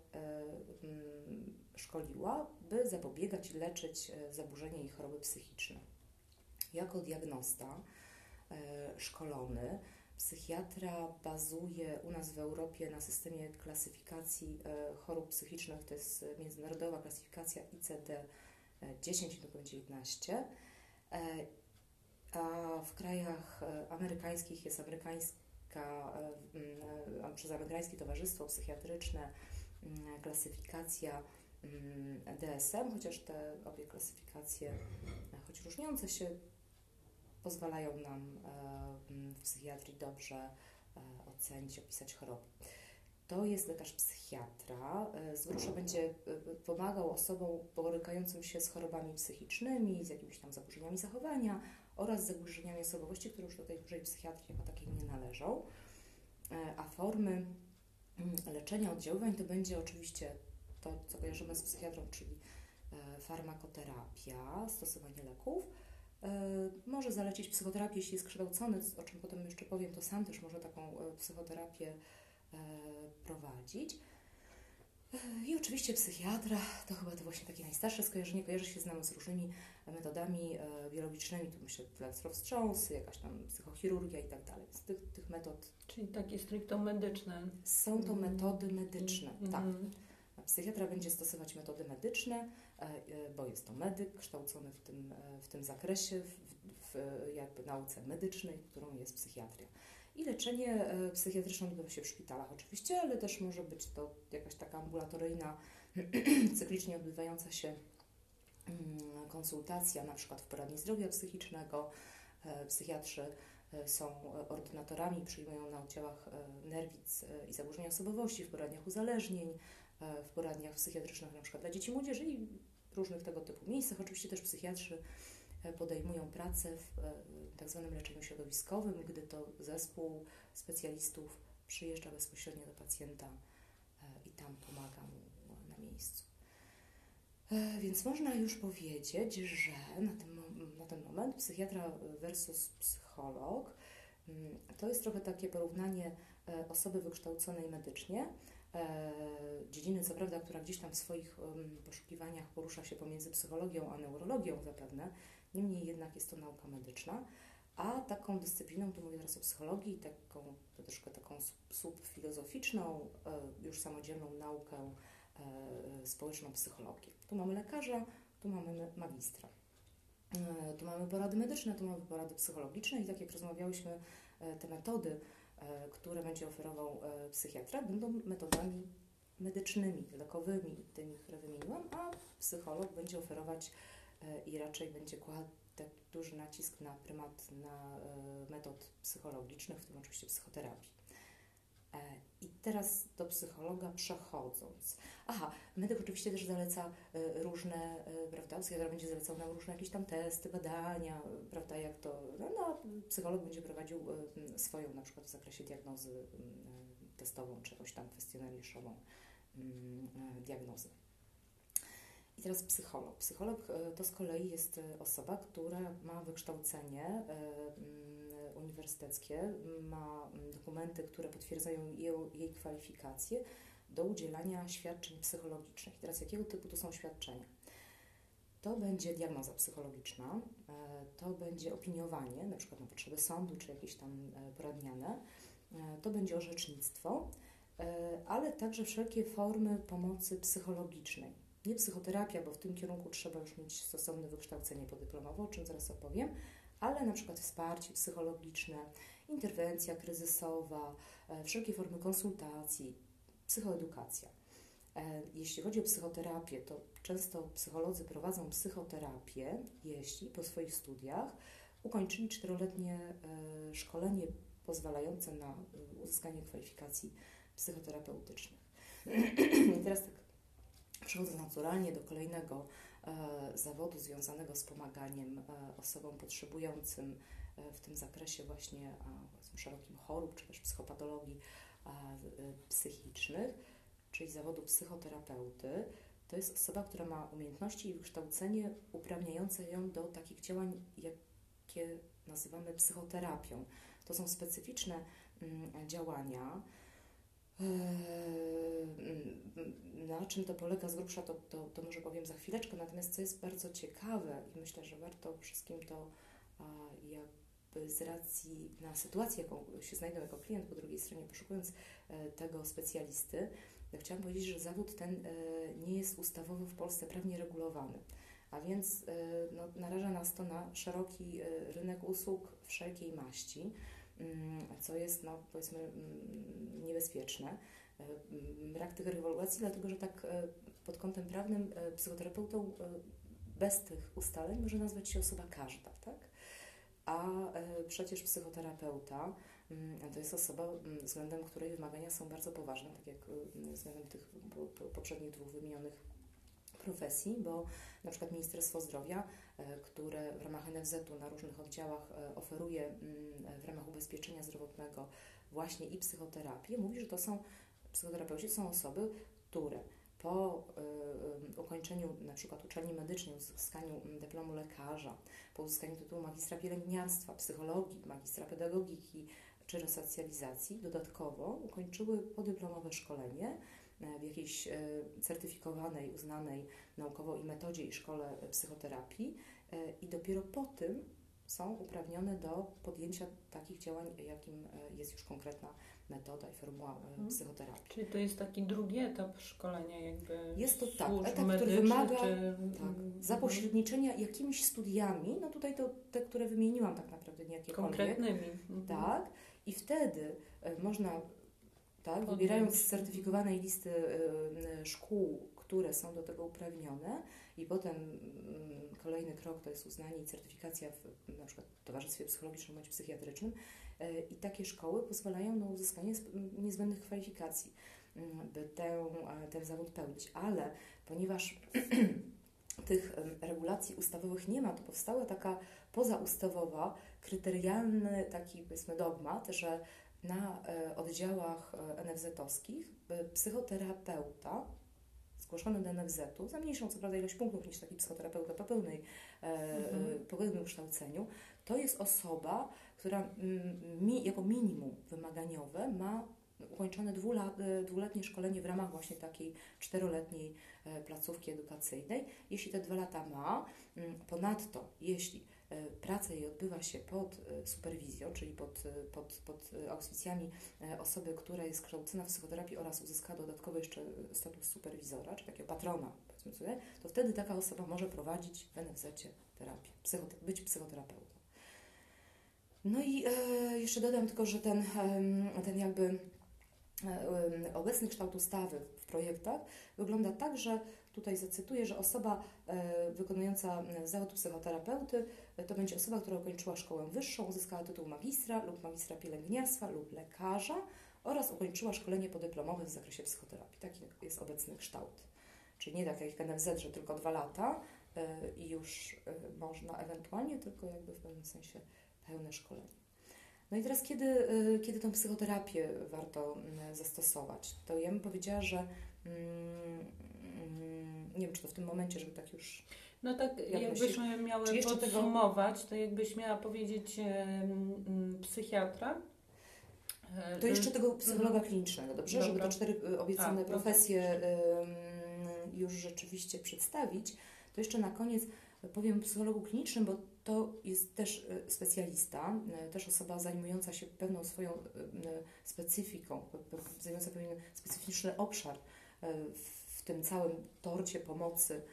m, szkoliła, by zapobiegać, leczyć e, zaburzenia i choroby psychiczne. Jako diagnosta e, szkolony, psychiatra bazuje u nas w Europie na systemie klasyfikacji e, chorób psychicznych, to jest międzynarodowa klasyfikacja I C D dziesięć do dziewiętnaście, e, a w krajach amerykańskich jest amerykańska, e, e, przez amerykańskie towarzystwo psychiatryczne e, klasyfikacja e, D S M, chociaż te obie klasyfikacje, choć różniące się, pozwalają nam w psychiatrii dobrze ocenić, opisać choroby. To jest lekarz psychiatra. Z grubsza będzie pomagał osobom borykającym się z chorobami psychicznymi, z jakimiś tam zaburzeniami zachowania oraz zaburzeniami osobowości, które już do tej dużej psychiatrii jako takiej nie należą. A formy leczenia oddziaływań to będzie oczywiście to, co kojarzymy z psychiatrą, czyli farmakoterapia, stosowanie leków. Może zalecić psychoterapię, jeśli jest kształcony, o czym potem jeszcze powiem, to sam też może taką psychoterapię prowadzić. I oczywiście psychiatra, to chyba to właśnie takie najstarsze skojarzenie, kojarzy się z nami z różnymi metodami biologicznymi, tu myślę elektrowstrząsy, jakaś tam psychochirurgia i tak dalej. Z tych, tych metod... Czyli takie stricte medyczne. Są to metody medyczne, mm. tak. Psychiatra będzie stosować metody medyczne, bo jest to medyk kształcony w tym, w tym zakresie, w, w jakby nauce medycznej, którą jest psychiatria. I leczenie psychiatryczne odbywa się w szpitalach oczywiście, ale też może być to jakaś taka ambulatoryjna, cyklicznie odbywająca się konsultacja, na przykład w poradni zdrowia psychicznego. Psychiatrzy są ordynatorami, przyjmują na oddziałach nerwic i zaburzeń osobowości, w poradniach uzależnień, w poradniach psychiatrycznych na przykład dla dzieci i młodzieży i różnych tego typu miejscach. Oczywiście też psychiatrzy podejmują pracę w tak zwanym leczeniu środowiskowym, gdy to zespół specjalistów przyjeżdża bezpośrednio do pacjenta i tam pomaga mu na miejscu. Więc można już powiedzieć, że na ten, na ten moment psychiatra versus psycholog to jest trochę takie porównanie osoby wykształconej medycznie, dziedziny co prawda, która gdzieś tam w swoich poszukiwaniach porusza się pomiędzy psychologią a neurologią zapewne, niemniej jednak jest to nauka medyczna, a taką dyscypliną, tu mówię teraz o psychologii, taką troszkę taką subfilozoficzną, już samodzielną naukę społeczną psychologię. Tu mamy lekarza, tu mamy magistra. Tu mamy porady medyczne, tu mamy porady psychologiczne i tak jak rozmawiałyśmy, te metody, które będzie oferował psychiatra, będą metodami medycznymi, lekowymi, tymi, które wymieniłam, a psycholog będzie oferować i raczej będzie kładł taki duży nacisk na prymat na metod psychologicznych, w tym oczywiście psychoterapii. I teraz do psychologa przechodząc. Aha, medyk oczywiście też zaleca różne, prawda, psychiatra będzie zalecał nam różne jakieś tam testy, badania, prawda, jak to, no, no psycholog będzie prowadził swoją na przykład w zakresie diagnozy testową, czy jakąś tam kwestionariuszową diagnozę. I teraz psycholog. Psycholog to z kolei jest osoba, która ma wykształcenie uniwersyteckie, ma dokumenty, które potwierdzają jej, jej kwalifikacje do udzielania świadczeń psychologicznych. I teraz jakiego typu to są świadczenia? To będzie diagnoza psychologiczna, to będzie opiniowanie, na przykład na potrzeby sądu, czy jakieś tam poradniane, to będzie orzecznictwo, ale także wszelkie formy pomocy psychologicznej. Nie psychoterapia, bo w tym kierunku trzeba już mieć stosowne wykształcenie podyplomowe, o czym zaraz opowiem, ale na przykład wsparcie psychologiczne, interwencja kryzysowa, wszelkie formy konsultacji, psychoedukacja. Jeśli chodzi o psychoterapię, to często psycholodzy prowadzą psychoterapię, jeśli po swoich studiach ukończyli czteroletnie szkolenie pozwalające na uzyskanie kwalifikacji psychoterapeutycznych. I teraz tak, przechodzę naturalnie do kolejnego e, zawodu związanego z pomaganiem e, osobom potrzebującym e, w tym zakresie właśnie a, szerokim chorób, czy też psychopatologii a, e, psychicznych, czyli zawodu psychoterapeuty. To jest osoba, która ma umiejętności i wykształcenie uprawniające ją do takich działań, jakie nazywamy psychoterapią. To są specyficzne mm, działania. Na czym to polega z grubsza, to, to, to może powiem za chwileczkę, natomiast co jest bardzo ciekawe i myślę, że warto wszystkim to a, jakby z racji na sytuację, jaką się znajdą jako klient po drugiej stronie, poszukując e, tego specjalisty, ja chciałam powiedzieć, że zawód ten e, nie jest ustawowo w Polsce prawnie regulowany, a więc e, no, naraża nas to na szeroki e, rynek usług wszelkiej maści, co jest, no, powiedzmy, niebezpieczne. Brak tych regulacji, dlatego że tak pod kątem prawnym psychoterapeutą bez tych ustaleń może nazwać się osoba każda, tak? A przecież psychoterapeuta to jest osoba, względem której wymagania są bardzo poważne, tak jak względem tych poprzednich dwóch wymienionych profesji, bo na przykład Ministerstwo Zdrowia, które w ramach N F Z u na różnych oddziałach oferuje w ramach ubezpieczenia zdrowotnego właśnie i psychoterapię, mówi, że to są psychoterapeuci, to są osoby, które po y, ukończeniu na przykład uczelni medycznej, uzyskaniu dyplomu lekarza, po uzyskaniu tytułu magistra pielęgniarstwa, psychologii, magistra pedagogiki czy resocjalizacji, dodatkowo ukończyły podyplomowe szkolenie w jakiejś certyfikowanej, uznanej naukowo i metodzie i szkole psychoterapii i dopiero po tym są uprawnione do podjęcia takich działań, jakim jest już konkretna metoda i formuła hmm. psychoterapii. Czyli to jest taki drugi etap szkolenia jakby Jest to tak, etap, który wymaga czy... tak, zapośredniczenia jakimiś studiami, no tutaj to te, które wymieniłam tak naprawdę, nie jakiekolwiek. Konkretnymi. Tak, i wtedy można tak? Podjąć. Wybierając z certyfikowanej listy y, szkół, które są do tego uprawnione i potem y, kolejny krok to jest uznanie i certyfikacja w na przykład towarzystwie psychologicznym bądź psychiatrycznym y, i takie szkoły pozwalają na uzyskanie niezbędnych kwalifikacji, y, by tę, ten zawód pełnić. Ale ponieważ tych regulacji ustawowych nie ma, to powstała taka pozaustawowa, kryterialny taki, powiedzmy, dogmat, że na oddziałach en ef zet-owskich psychoterapeuta zgłoszony do en ef zetu, za mniejszą co prawda ilość punktów niż taki psychoterapeuta po, pełnej, mhm. po pełnym kształceniu, to jest osoba, która mi, jako minimum wymaganiowe ma ukończone dwulat, dwuletnie szkolenie w ramach właśnie takiej czteroletniej placówki edukacyjnej. Jeśli te dwa lata ma, ponadto jeśli praca jej odbywa się pod superwizją, czyli pod, pod, pod auspicjami osoby, która jest kształcona w psychoterapii oraz uzyska dodatkowo jeszcze status superwizora, czy takiego patrona, powiedzmy sobie, to wtedy taka osoba może prowadzić w en ef zecie terapię, psychot- być psychoterapeutą. No i e, jeszcze dodam tylko, że ten, e, ten jakby e, obecny kształt ustawy w projektach wygląda tak, że tutaj zacytuję, że osoba e, wykonująca zawód psychoterapeuty e, to będzie osoba, która ukończyła szkołę wyższą, uzyskała tytuł magistra lub magistra pielęgniarstwa lub lekarza oraz ukończyła szkolenie podyplomowe w zakresie psychoterapii. Taki jest obecny kształt. Czyli nie tak jak en ef zet, że tylko dwa lata e, i już e, można ewentualnie, tylko jakby w pewnym sensie pełne szkolenie. No i teraz, kiedy, e, kiedy tą psychoterapię warto m, zastosować? To ja bym powiedziała, że mm, nie wiem, czy to w tym momencie, żeby tak już... No tak, jakbyśmy miały podsumować, tego... to jakbyś miała powiedzieć um, psychiatra. To jeszcze tego psychologa klinicznego, dobrze? Dobra. Żeby te cztery obiecane A, profesje um, już rzeczywiście przedstawić. To jeszcze na koniec powiem o psychologu klinicznym, bo to jest też specjalista, też osoba zajmująca się pewną swoją specyfiką, zajmująca pewien specyficzny obszar w tym całym torcie pomocy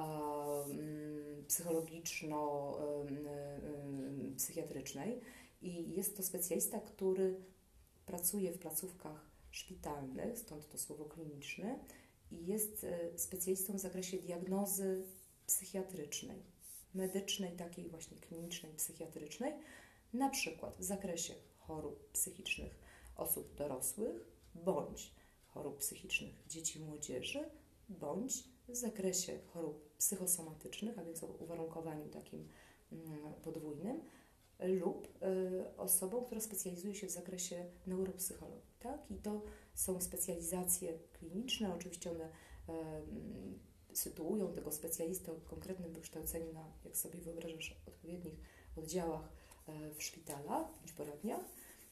psychologiczno-psychiatrycznej i jest to specjalista, który pracuje w placówkach szpitalnych, stąd to słowo kliniczny, i jest specjalistą w zakresie diagnozy psychiatrycznej, medycznej, takiej właśnie klinicznej, psychiatrycznej, na przykład w zakresie chorób psychicznych osób dorosłych, bądź chorób psychicznych dzieci i młodzieży, bądź w zakresie chorób psychosomatycznych, a więc o uwarunkowaniu takim podwójnym, lub y, osobą, która specjalizuje się w zakresie neuropsychologii. Tak? I to są specjalizacje kliniczne, oczywiście one y, sytuują tego specjalistę o konkretnym wykształceniu na, jak sobie wyobrażasz, odpowiednich oddziałach y, w szpitalach bądź poradniach.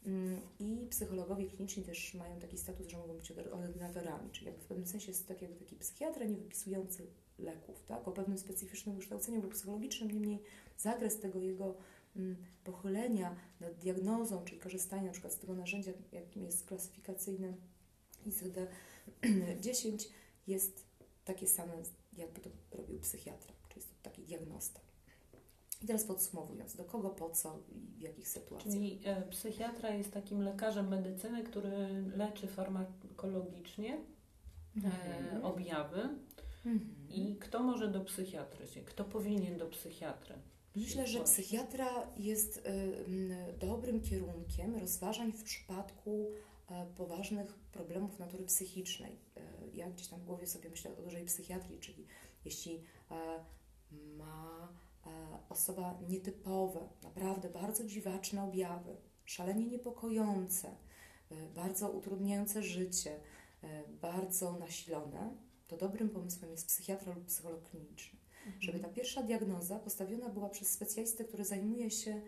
I psychologowie kliniczni też mają taki status, że mogą być ordynatorami, czyli jakby w pewnym sensie jest tak jakby taki psychiatra nie wypisujący leków, tak? O pewnym specyficznym wykształceniu lub psychologicznym, niemniej zakres tego jego mm, pochylenia nad diagnozą, czyli korzystania na przykład z tego narzędzia, jakim jest klasyfikacyjne I C D dziesięć, jest takie same, jakby to robił psychiatra, czyli jest to taki diagnosta. I teraz podsumowując, do kogo, po co i w jakich sytuacjach? Czyli e, psychiatra jest takim lekarzem medycyny, który leczy farmakologicznie e, objawy. Mm-hmm. I kto może do psychiatry się? Kto powinien do psychiatry? Myślę, że psychiatra jest y, dobrym kierunkiem rozważań w przypadku y, poważnych problemów natury psychicznej. Y, ja gdzieś tam w głowie sobie myślę o dużej psychiatrii, czyli jeśli y, ma osoba nietypowe, naprawdę bardzo dziwaczne objawy, szalenie niepokojące, bardzo utrudniające życie, bardzo nasilone, to dobrym pomysłem jest psychiatra lub psycholog kliniczny. Mhm. Żeby ta pierwsza diagnoza postawiona była przez specjalistę, który zajmuje się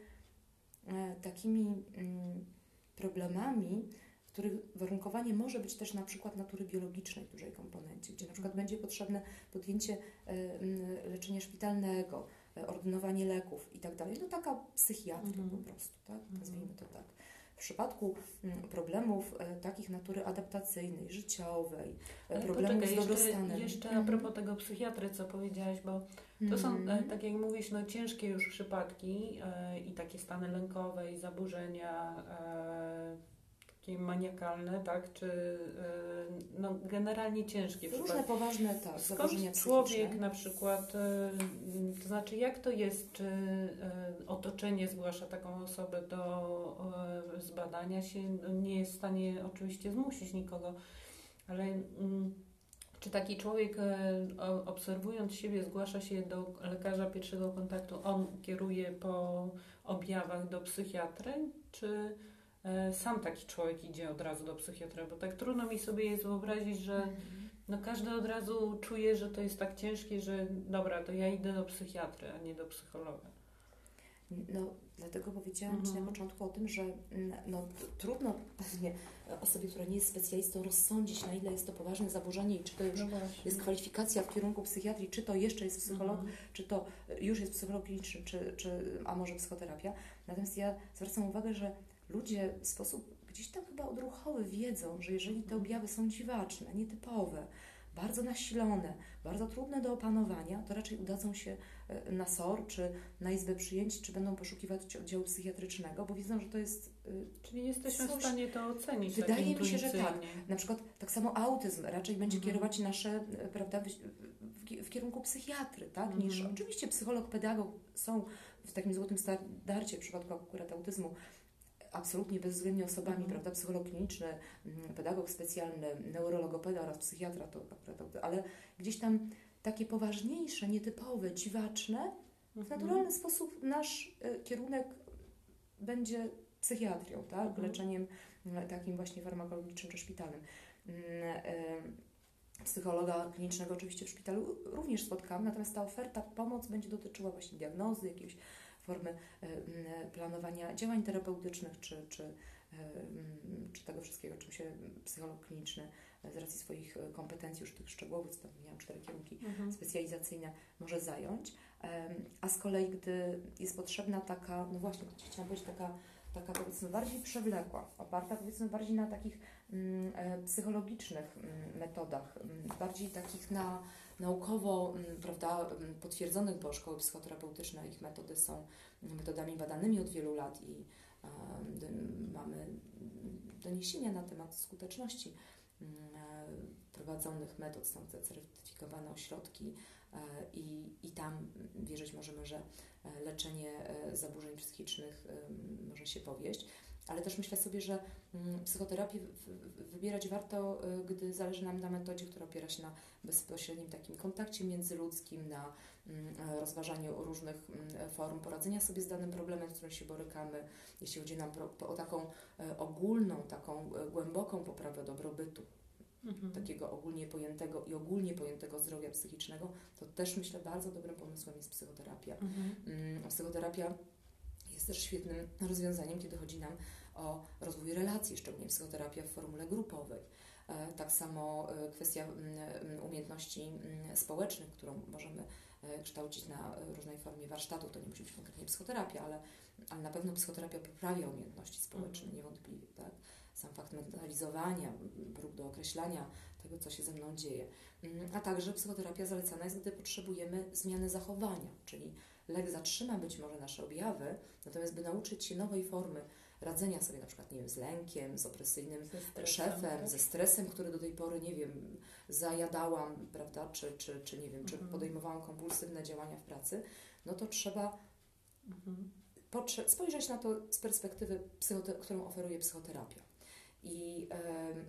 takimi problemami, w których warunkowanie może być też na przykład natury biologicznej w dużej komponencie, gdzie na przykład będzie potrzebne podjęcie leczenia szpitalnego, ordynowanie leków i tak dalej. No taka psychiatria mm-hmm. po prostu, tak? Nazwijmy to tak. W przypadku m, problemów e, takich natury adaptacyjnej, życiowej, e, problemów poczekaj, z dobrostanem. Jeszcze, jeszcze mm-hmm. a propos tego psychiatry, co powiedziałaś, bo to mm-hmm. są, e, tak jak mówisz, no, ciężkie już przypadki e, i takie stany lękowe i zaburzenia, e, takie maniakalne, tak, czy y, no, generalnie ciężkie Różne przypadki. poważne tak, zaburzenia Skąd człowiek psychiczne. na przykład, y, to znaczy jak to jest, czy y, otoczenie zgłasza taką osobę do y, zbadania się, no, nie jest w stanie oczywiście zmusić nikogo, ale y, czy taki człowiek y, o, obserwując siebie zgłasza się do lekarza pierwszego kontaktu, on kieruje po objawach do psychiatry, czy y, sam taki człowiek idzie od razu do psychiatra, bo tak trudno mi sobie jest wyobrazić, że no każdy od razu czuje, że to jest tak ciężkie, że dobra, to ja idę do psychiatry, a nie do psychologa. No, dlatego powiedziałam Ci Mhm. na początku o tym, że mm, no, t- trudno pewnie osobie, która nie jest specjalistą, rozsądzić, na ile jest to poważne zaburzenie i czy to już No właśnie. jest kwalifikacja w kierunku psychiatrii, czy to jeszcze jest psycholog, Mhm. czy to już jest psycholog kliniczny, czy, czy, a może psychoterapia. Natomiast ja zwracam uwagę, że ludzie w sposób gdzieś tam chyba odruchowy wiedzą, że jeżeli te objawy są dziwaczne, nietypowe, bardzo nasilone, bardzo trudne do opanowania, to raczej udadzą się e, na S O R, czy na izbę przyjęć, czy będą poszukiwać oddziału psychiatrycznego, bo wiedzą, że to jest y, Czyli jesteśmy Coś- w stanie to ocenić. Wydaje tak mi się, że tak. intuicyjnie. na przykład tak samo autyzm raczej będzie Mhm. kierować nasze, e, prawda, w, w, w kierunku psychiatry, tak, Mhm. niż oczywiście psycholog, pedagog są w takim złotym standardzie w przypadku akurat autyzmu absolutnie bezwzględnie osobami, Mhm. prawda, psycholog kliniczny, mm, pedagog specjalny, neurologopeda oraz psychiatra, to akurat, ale gdzieś tam takie poważniejsze, nietypowe, dziwaczne, w Mhm. naturalny sposób nasz e, kierunek będzie psychiatrią, tak? Mhm. Leczeniem e, takim właśnie farmakologicznym czy szpitalnym. Mm, e, Psychologa klinicznego oczywiście w szpitalu również spotkałam, natomiast ta oferta, pomoc będzie dotyczyła właśnie diagnozy, jakiejś formy e, m, planowania działań terapeutycznych, czy, czy, e, m, czy tego wszystkiego, czym się psycholog kliniczny e, z racji swoich e, kompetencji już tych szczegółowych, co tam miałam cztery kierunki Mhm. specjalizacyjne, może zająć. Em, A z kolei, gdy jest potrzebna taka, no właśnie, chciałam powiedzieć, taka, taka powiedzmy bardziej przewlekła, oparta powiedzmy bardziej na takich mm, e, psychologicznych mm, metodach, mm, bardziej takich na naukowo mm, prawda, mm, potwierdzonych, bo szkoły psychoterapeutyczne, ich metody są metodami badanymi od wielu lat i em, d- mamy doniesienia na temat skuteczności mm, e, prowadzonych metod, są te certyfikowane ośrodki e, i, i tam wierzyć możemy, że e, leczenie e, zaburzeń psychicznych em, może się powieść. Ale też myślę sobie, że mm, psychoterapię w- w- wybierać warto, y, gdy zależy nam na metodzie, która opiera się na bezpośrednim takim kontakcie międzyludzkim, na mm, e, rozważaniu różnych mm, form poradzenia sobie z danym problemem, z którym się borykamy, jeśli chodzi nam pro, o taką e, ogólną, taką e, głęboką poprawę dobrobytu, Mhm. takiego ogólnie pojętego i ogólnie pojętego zdrowia psychicznego, to też myślę bardzo dobrym pomysłem jest psychoterapia. Mhm. Mm, a Psychoterapia jest też świetnym rozwiązaniem, kiedy chodzi nam o rozwój relacji, szczególnie psychoterapia w formule grupowej. E, Tak samo e, kwestia mm, mm, umiejętności mm, społecznych, którą możemy e, kształcić na e, różnej formie warsztatu. To nie musi być konkretnie psychoterapia, ale, ale na pewno psychoterapia poprawia umiejętności społeczne, Mhm. niewątpliwie. Tak? Sam fakt mentalizowania, prób do określania tego, co się ze mną dzieje. Mm, A także psychoterapia zalecana jest, gdy potrzebujemy zmiany zachowania, czyli lek zatrzyma być może nasze objawy, natomiast by nauczyć się nowej formy radzenia sobie na przykład, nie wiem, z lękiem, z opresyjnym Ze stresem, szefem, tak? ze stresem, który do tej pory, nie wiem, zajadałam, prawda, czy, czy, czy nie wiem, czy Mhm. podejmowałam kompulsywne działania w pracy, no to trzeba Mhm. potrze- spojrzeć na to z perspektywy, psychote- którą oferuje psychoterapia. I e,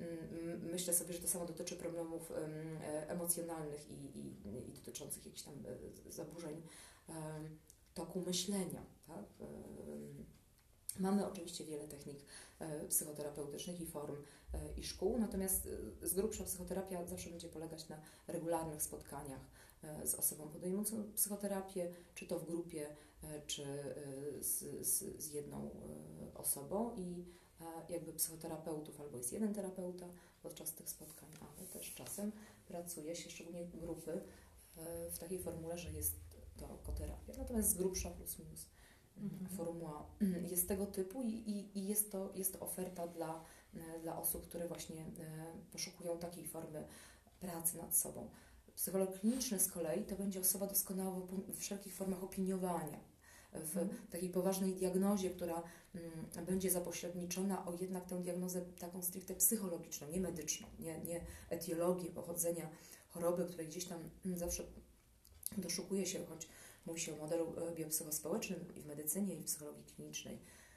m, myślę sobie, że to samo dotyczy problemów em, e, emocjonalnych i, i, i dotyczących jakichś tam e, zaburzeń em, toku myślenia. Tak? Em, Mamy oczywiście wiele technik e, psychoterapeutycznych i form e, i szkół, natomiast e, z grubsza psychoterapia zawsze będzie polegać na regularnych spotkaniach e, z osobą podejmującą psychoterapię, czy to w grupie, e, czy e, z, z, z jedną e, osobą i e, jakby psychoterapeutów, albo jest jeden terapeuta podczas tych spotkań, ale też czasem pracuje się, szczególnie grupy, e, w takiej formule, że jest to koterapia. Natomiast z grubsza plus minus Mhm. formuła jest tego typu i, i, i jest, to, jest to oferta dla, e, dla osób, które właśnie e, poszukują takiej formy pracy nad sobą. Psycholog kliniczny z kolei to będzie osoba doskonała w opu- w wszelkich formach opiniowania, w takiej poważnej diagnozie, która mm, będzie zapośredniczona o jednak tę diagnozę taką stricte psychologiczną, nie medyczną, nie, nie etiologię pochodzenia choroby, której gdzieś tam zawsze doszukuje się, choć mówi się o modelu biopsychospołecznym i w medycynie, i w psychologii klinicznej,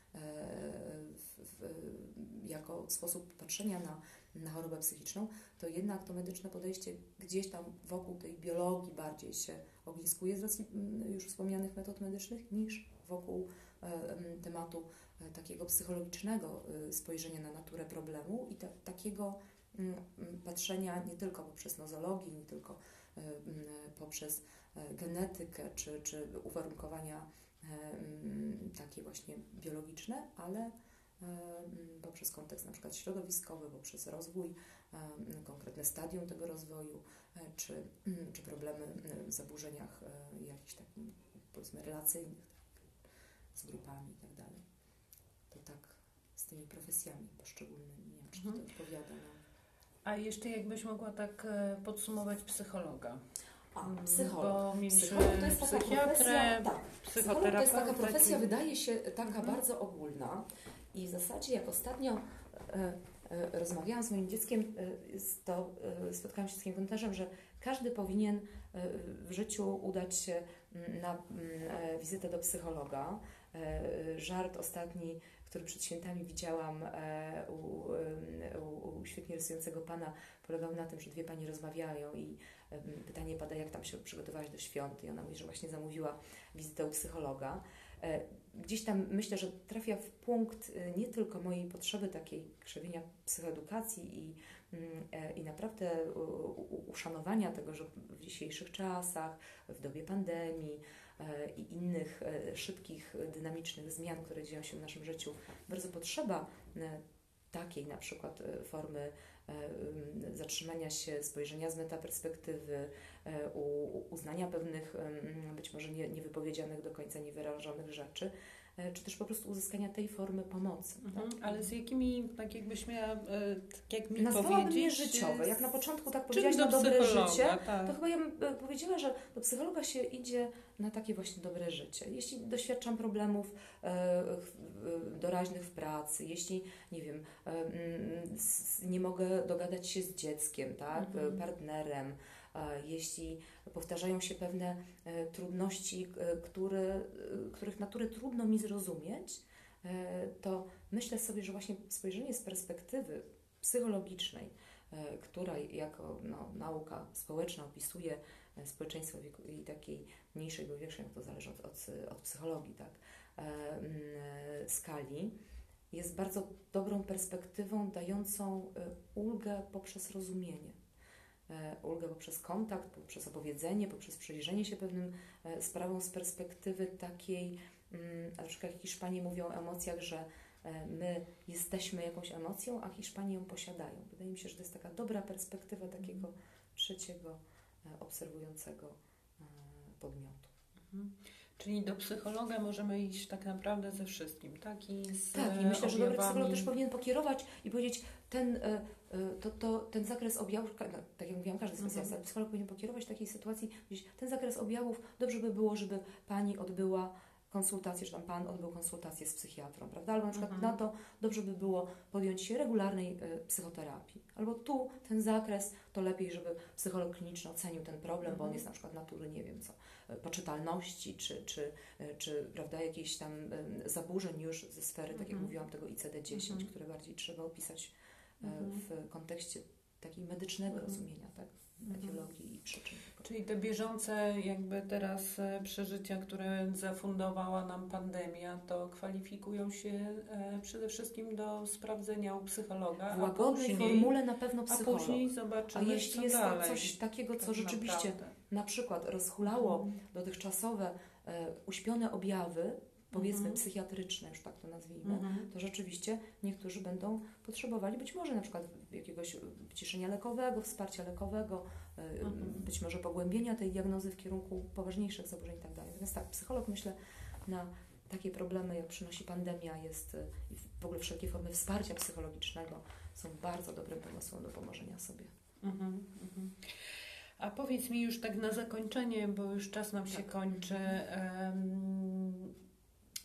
w, w, jako sposób patrzenia na, na chorobę psychiczną, to jednak to medyczne podejście gdzieś tam wokół tej biologii bardziej się ogniskuje z racji już wspomnianych metod medycznych niż wokół e, tematu e, takiego psychologicznego e, spojrzenia na naturę problemu i ta, takiego m, patrzenia nie tylko poprzez nozologię, nie tylko e, m, poprzez e, genetykę czy, czy uwarunkowania takie właśnie biologiczne, ale poprzez kontekst na przykład środowiskowy, poprzez rozwój, konkretne stadium tego rozwoju, czy, czy problemy w zaburzeniach jakichś takich, powiedzmy, relacyjnych z grupami i tak dalej. To tak z tymi profesjami poszczególnymi. Nie wiem, czy to mhm. odpowiada nam. A jeszcze jakbyś mogła tak podsumować psychologa? A, psycholog. Bo psycholog to jest taka profesja, tak, psycholog to jest taka profesja, wydaje się taka mhm. bardzo ogólna i w zasadzie jak ostatnio e, e, rozmawiałam z moim dzieckiem, e, to e, spotkałam się z takim komentarzem, że każdy powinien e, w życiu udać się na e, wizytę do psychologa. E, żart ostatni, który przed świętami widziałam e, u, u, u świetnie rysującego pana, polegał na tym, że dwie pani rozmawiają i e, pytanie pada, jak tam się przygotowałaś do świąt, i ona mówi, że właśnie zamówiła wizytę u psychologa. E, gdzieś tam myślę, że trafia w punkt e, nie tylko mojej potrzeby takiej krzewienia psychoedukacji i, e, i naprawdę u, u, uszanowania tego, że w dzisiejszych czasach, w dobie pandemii, i innych szybkich, dynamicznych zmian, które dzieją się w naszym życiu, bardzo potrzeba takiej na przykład formy zatrzymania się, spojrzenia z metaperspektywy, uznania pewnych być może nie, niewypowiedzianych do końca, niewyrażonych rzeczy, czy też po prostu uzyskania tej formy pomocy. Mhm. Tak? Ale z jakimi, tak jakbyś miała, tak jak mi nazwałabym powiedzieć... je życiowe. Jak na początku tak powiedziałaś na dobre życie, tak. to chyba ja bym powiedziała, że do psychologa się idzie na takie właśnie dobre życie. Jeśli doświadczam problemów e, doraźnych w pracy, jeśli, nie wiem, e, nie mogę dogadać się z dzieckiem, tak, mhm. partnerem, jeśli powtarzają się pewne trudności, które, których natury trudno mi zrozumieć, to myślę sobie, że właśnie spojrzenie z perspektywy psychologicznej, która jako no, nauka społeczna opisuje społeczeństwo i takiej mniejszej lub większej, to zależy od, od, od psychologii, tak, skali, jest bardzo dobrą perspektywą dającą ulgę poprzez rozumienie. Ulgę poprzez kontakt, poprzez opowiedzenie, poprzez przyjrzenie się pewnym sprawom z perspektywy takiej, na przykład jak Hiszpanie mówią o emocjach, że my jesteśmy jakąś emocją, a Hiszpanie ją posiadają. Wydaje mi się, że to jest taka dobra perspektywa takiego trzeciego, obserwującego podmiotu. Mhm. Czyli do psychologa możemy iść tak naprawdę ze wszystkim, tak? I z tak, i myślę, że dobry psycholog też powinien pokierować i powiedzieć, ten, to, to, ten zakres objawów, no, tak jak mówiłam, każdy specjalista, mhm. psycholog powinien pokierować w takiej sytuacji, powiedzieć, ten zakres objawów, dobrze by było, żeby pani odbyła konsultację, czy tam pan odbył konsultację z psychiatrą, prawda? Albo na przykład mhm. na to dobrze by było podjąć się regularnej y, psychoterapii. Albo tu ten zakres, to lepiej, żeby psycholog kliniczny ocenił ten problem, mhm. bo on jest na przykład natury, nie wiem co, poczytalności, czy, czy, czy prawda, jakichś tam y, zaburzeń już ze sfery, mhm. tak jak mówiłam, tego I C D dziesięć, mhm. które bardziej trzeba opisać y, mhm. w kontekście takiego medycznego mhm. rozumienia, tak? Etiologii i przyczyn. Czyli te bieżące jakby teraz przeżycia, które zafundowała nam pandemia, to kwalifikują się e, przede wszystkim do sprawdzenia u psychologa. W łagodnej później, formule na pewno psycholog. A później zobaczymy, A jeśli co jest dalej, to coś takiego, co tak rzeczywiście naprawdę. na przykład rozhulało mhm. dotychczasowe e, uśpione objawy, powiedzmy mhm. psychiatryczne, już tak to nazwijmy, mhm. to rzeczywiście niektórzy będą potrzebowali być może na przykład jakiegoś wyciszenia lekowego, wsparcia lekowego, mhm. być może pogłębienia tej diagnozy w kierunku poważniejszych zaburzeń i tak dalej. Natomiast tak, psycholog, myślę, na takie problemy, jak przynosi pandemia, jest i w ogóle wszelkie formy wsparcia psychologicznego są bardzo dobrym pomysłem do pomożenia sobie. Mhm. Mhm. A powiedz mi już tak na zakończenie, bo już czas nam się tak. kończy. Um,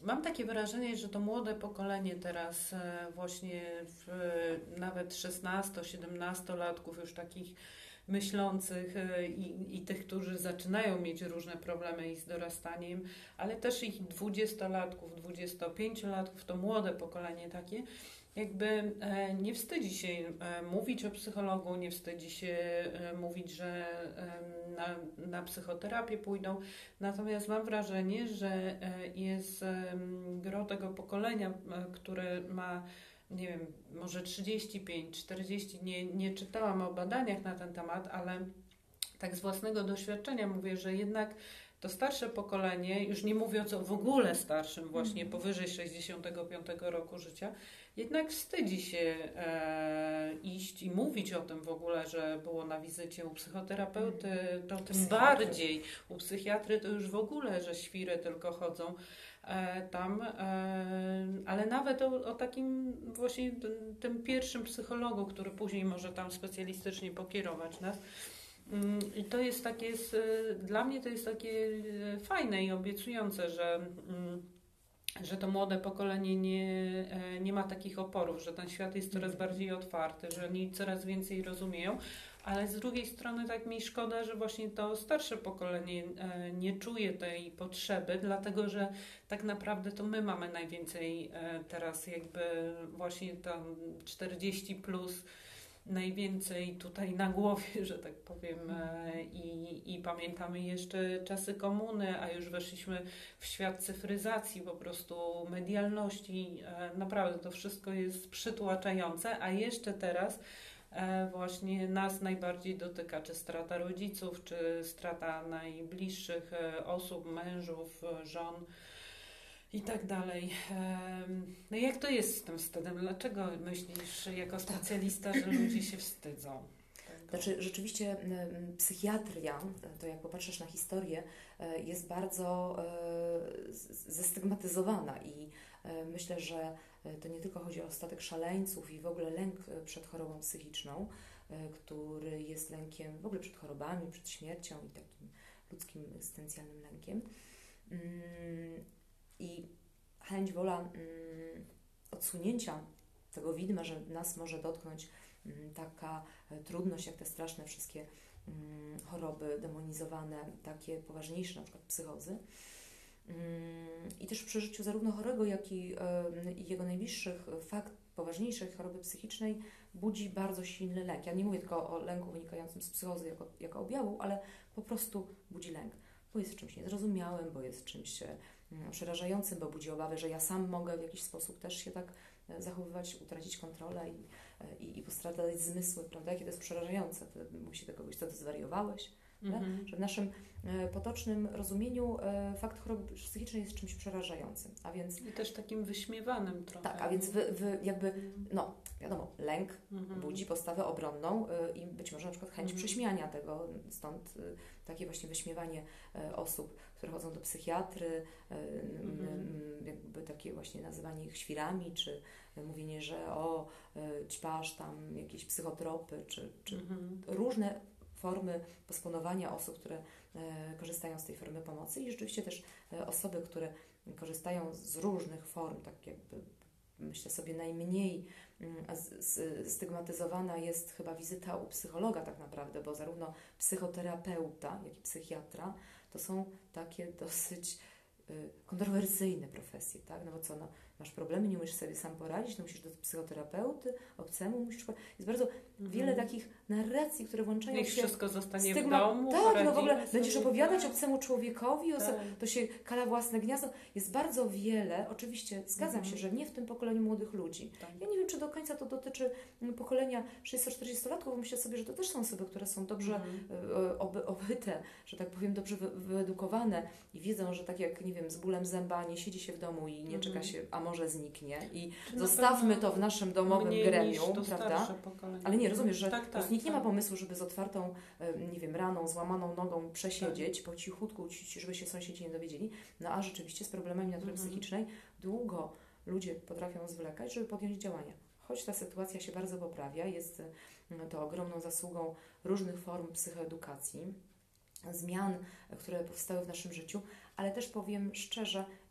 Mam takie wrażenie, że to młode pokolenie teraz e, właśnie w, nawet szesnasto-siedemnastolatków już takich myślących e, i, i tych, którzy zaczynają mieć różne problemy i z dorastaniem, ale też ich dwudziestolatków, dwudziestopięciolatków, to młode pokolenie takie, jakby e, nie wstydzi się e, mówić o psychologu, nie wstydzi się e, mówić, że e, na, na psychoterapię pójdą. Natomiast mam wrażenie, że e, jest e, gro tego pokolenia, e, które ma, nie wiem, może trzydzieści pięć, czterdzieści, nie, nie czytałam o badaniach na ten temat, ale tak z własnego doświadczenia mówię, że jednak to starsze pokolenie, już nie mówiąc o w ogóle starszym, właśnie mm. powyżej sześćdziesiątego piątego roku życia, jednak wstydzi się e, iść i mówić o tym w ogóle, że było na wizycie u psychoterapeuty, to tym Psychiatry. bardziej. U psychiatry to już w ogóle, że świry tylko chodzą e, tam. E, ale nawet o, o takim właśnie tym, tym pierwszym psychologu, który później może tam specjalistycznie pokierować nas. I to jest takie, dla mnie to jest takie fajne i obiecujące, że, że to młode pokolenie nie, nie ma takich oporów, że ten świat jest coraz bardziej otwarty, że oni coraz więcej rozumieją, ale z drugiej strony tak mi szkoda, że właśnie to starsze pokolenie nie czuje tej potrzeby, dlatego że tak naprawdę to my mamy najwięcej teraz jakby właśnie tam czterdzieści plus, najwięcej tutaj na głowie, że tak powiem, i, i pamiętamy jeszcze czasy komuny, a już weszliśmy w świat cyfryzacji, po prostu medialności. Naprawdę to wszystko jest przytłaczające, a jeszcze teraz właśnie nas najbardziej dotyka, czy strata rodziców, czy strata najbliższych osób, mężów, żon i tak dalej. No jak to jest z tym wstydem? Dlaczego myślisz jako specjalista, że ludzie się wstydzą? Znaczy rzeczywiście psychiatria, to jak popatrzysz na historię, jest bardzo zestygmatyzowana i myślę, że to nie tylko chodzi o statek szaleńców i w ogóle lęk przed chorobą psychiczną, który jest lękiem w ogóle przed chorobami, przed śmiercią i takim ludzkim egzystencjalnym lękiem. I chęć, wola mm, odsunięcia tego widma, że nas może dotknąć mm, taka trudność, jak te straszne wszystkie mm, choroby demonizowane, takie poważniejsze, na przykład psychozy. Mm, I też w przeżyciu zarówno chorego, jak i, y, jego najbliższych fakt poważniejszej choroby psychicznej budzi bardzo silny lęk. Ja nie mówię tylko o lęku wynikającym z psychozy jako, jako objawu, ale po prostu budzi lęk, bo jest czymś niezrozumiałym, bo jest czymś przerażającym, bo budzi obawy, że ja sam mogę w jakiś sposób też się tak zachowywać, utracić kontrolę i, i, i postradać zmysły, prawda? Jakie to jest przerażające. To mówi się do kogoś, co ty zwariowałeś? Mm-hmm. Że w naszym e, potocznym rozumieniu e, fakt choroby psychicznej jest czymś przerażającym, a więc... I też takim wyśmiewanym trochę. Tak, a więc wy, wy jakby, no wiadomo, lęk mm-hmm. budzi postawę obronną e, i być może na przykład chęć mm-hmm. prześmiania tego, stąd e, takie właśnie wyśmiewanie e, osób, które chodzą do psychiatry, e, mm-hmm. jakby takie właśnie nazywanie ich świrami, czy mówienie, że o, e, ćpasz tam jakieś psychotropy, czy, czy mm-hmm. różne formy posponowania osób, które e, korzystają z tej formy pomocy i rzeczywiście też e, osoby, które korzystają z różnych form, tak jakby myślę sobie najmniej mm, z, z, stygmatyzowana jest chyba wizyta u psychologa tak naprawdę, bo zarówno psychoterapeuta, jak i psychiatra to są takie dosyć y, kontrowersyjne profesje, tak? No bo co, no, masz problemy, nie umiesz sobie sam poradzić, no musisz do psychoterapeuty, obcemu musisz... Jest bardzo mm-hmm. wiele takich narracji, które włączają Niech się... wszystko zostanie stygma- w domu, tak, no w ogóle będziesz opowiadać tak. obcemu człowiekowi, tak. oso- to się kala własne gniazdo. Jest bardzo wiele, oczywiście zgadzam mm-hmm. się, że nie w tym pokoleniu młodych ludzi. Tak. Ja nie wiem, czy do końca to dotyczy pokolenia trzydziesto-czterdziestolatków, bo myślę sobie, że to też są osoby, które są dobrze mm-hmm. oby, obyte, że tak powiem, dobrze wy- wyedukowane i wiedzą, że tak jak, nie wiem, z bólem zęba nie siedzi się w domu i nie mm-hmm. czeka się, a może zniknie i czy zostawmy to w naszym domowym gremium, prawda? Ale nie, rozumiesz, że tak, tak, nikt nie tak. ma pomysłu, żeby z otwartą, nie wiem, raną, złamaną nogą przesiedzieć, tak. po cichutku, żeby się sąsiedzi nie dowiedzieli, no a rzeczywiście z problemami natury mm-hmm. psychicznej długo ludzie potrafią zwlekać, żeby podjąć działania. Choć ta sytuacja się bardzo poprawia, jest to ogromną zasługą różnych form psychoedukacji, zmian, które powstały w naszym życiu, ale też powiem szczerze,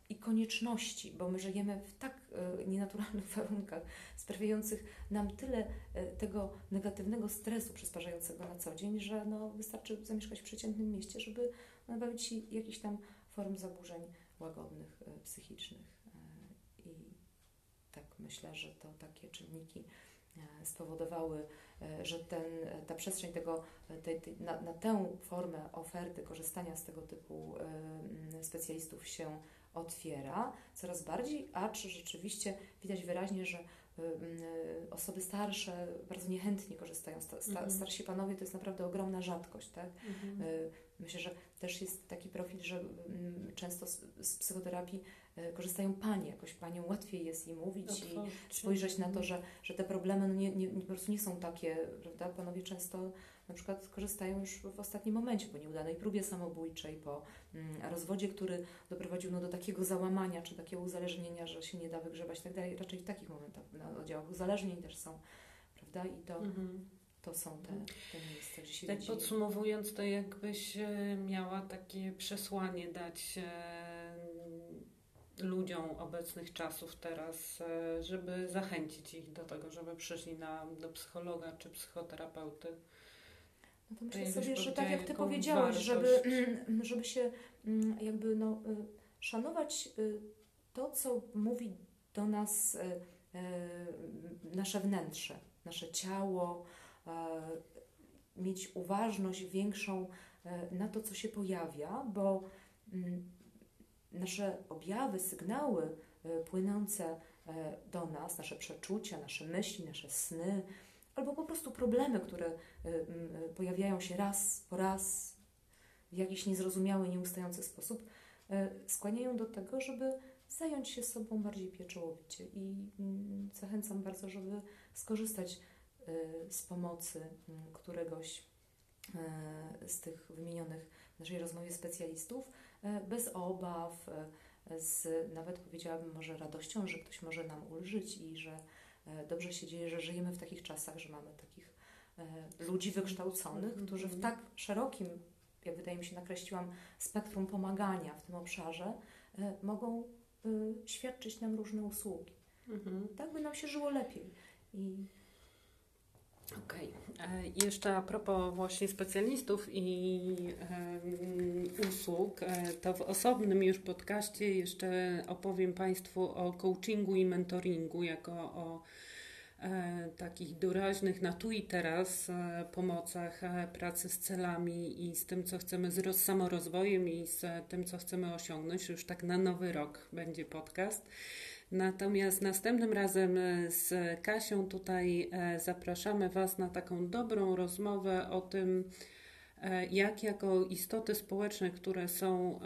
i konieczności, bo my żyjemy w tak e, nienaturalnych warunkach, sprawiających nam tyle e, tego negatywnego stresu przysparzającego na co dzień, że no, wystarczy zamieszkać w przeciętnym mieście, żeby nabawić się jakichś tam form zaburzeń łagodnych, e, psychicznych. E, I tak myślę, że to takie czynniki e, spowodowały, e, że ten, ta przestrzeń tego, tej, tej, na, na tę formę oferty korzystania z tego typu e, specjalistów się otwiera coraz bardziej, a czy rzeczywiście widać wyraźnie, że y, y, osoby starsze bardzo niechętnie korzystają. Sta, sta, Mhm. Starsi panowie to jest naprawdę ogromna rzadkość. Tak? Mhm. Y, myślę, że też jest taki profil, że y, często z, z psychoterapii y, korzystają panie. Jakoś paniom łatwiej jest im mówić Otworzyć i się. spojrzeć na to, Mhm. że, że te problemy no nie, nie, po prostu nie są takie, prawda? Panowie często na przykład korzystają już w ostatnim momencie, po nieudanej próbie samobójczej, po mm, rozwodzie, który doprowadził no, do takiego załamania, czy takiego uzależnienia, że się nie da wygrzebać i tak dalej. Raczej w takich momentach na oddziałach uzależnień też są, prawda? I to, Mhm. to są te, te miejsca, gdzie się Tak ludzi... podsumowując, to jakbyś e, miała takie przesłanie dać e, ludziom obecnych czasów teraz, e, żeby zachęcić ich do tego, żeby przyszli na, do psychologa czy psychoterapeuty. No to myślę jakbyś sobie, że tak powiedziała, jak Ty jaką powiedziałaś, żeby, wartość? żeby się mm, jakby no, y, szanować y, to, co mówi do nas y, y, nasze wnętrze, nasze ciało, y, mieć uważność większą y, na to, co się pojawia, bo y, nasze objawy, sygnały y, płynące y, do nas, nasze przeczucia, nasze myśli, nasze sny, albo po prostu problemy, które y, y, pojawiają się raz po raz w jakiś niezrozumiały, nieustający sposób, y, skłaniają do tego, żeby zająć się sobą bardziej pieczołowicie. I y, zachęcam bardzo, żeby skorzystać y, z pomocy y, któregoś y, z tych wymienionych w naszej rozmowie specjalistów, y, bez obaw, y, z nawet powiedziałabym może radością, że ktoś może nam ulżyć i że dobrze się dzieje, że żyjemy w takich czasach, że mamy takich e, ludzi wykształconych, Mhm. którzy w tak szerokim, jak wydaje mi się nakreśliłam, spektrum pomagania w tym obszarze, e, mogą e, świadczyć nam różne usługi. Mhm. Tak by nam się żyło lepiej. I Okej. Okay. Jeszcze a propos właśnie specjalistów i e, usług, e, to w osobnym już podcaście jeszcze opowiem Państwu o coachingu i mentoringu jako o e, takich doraźnych na tu i teraz e, pomocach e, pracy z celami i z tym, co chcemy, z roz, samorozwojem i z e, tym, co chcemy osiągnąć. Już tak na nowy rok będzie podcast. Natomiast następnym razem z Kasią tutaj zapraszamy Was na taką dobrą rozmowę o tym, jak jako istoty społeczne, które są,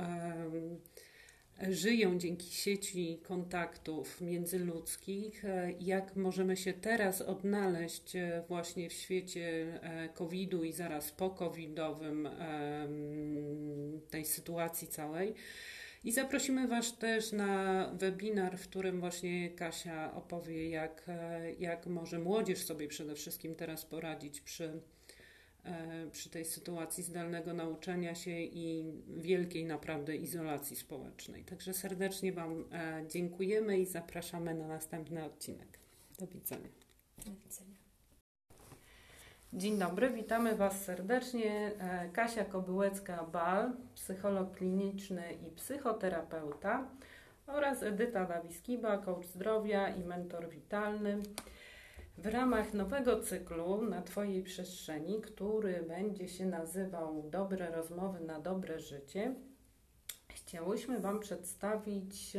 żyją dzięki sieci kontaktów międzyludzkich, jak możemy się teraz odnaleźć właśnie w świecie kowidu i zaraz po kowidowym tej sytuacji całej. I zaprosimy Was też na webinar, w którym właśnie Kasia opowie, jak, jak może młodzież sobie przede wszystkim teraz poradzić przy, przy tej sytuacji zdalnego nauczania się i wielkiej naprawdę izolacji społecznej. Także serdecznie Wam dziękujemy i zapraszamy na następny odcinek. Do widzenia. do widzenia. Dzień dobry, witamy Was serdecznie. Kasia Kobyłecka-Bal, psycholog kliniczny i psychoterapeuta oraz Edyta Dawiskiba, coach zdrowia i mentor witalny. W ramach nowego cyklu na Twojej przestrzeni, który będzie się nazywał Dobre rozmowy na dobre życie, chciałyśmy Wam przedstawić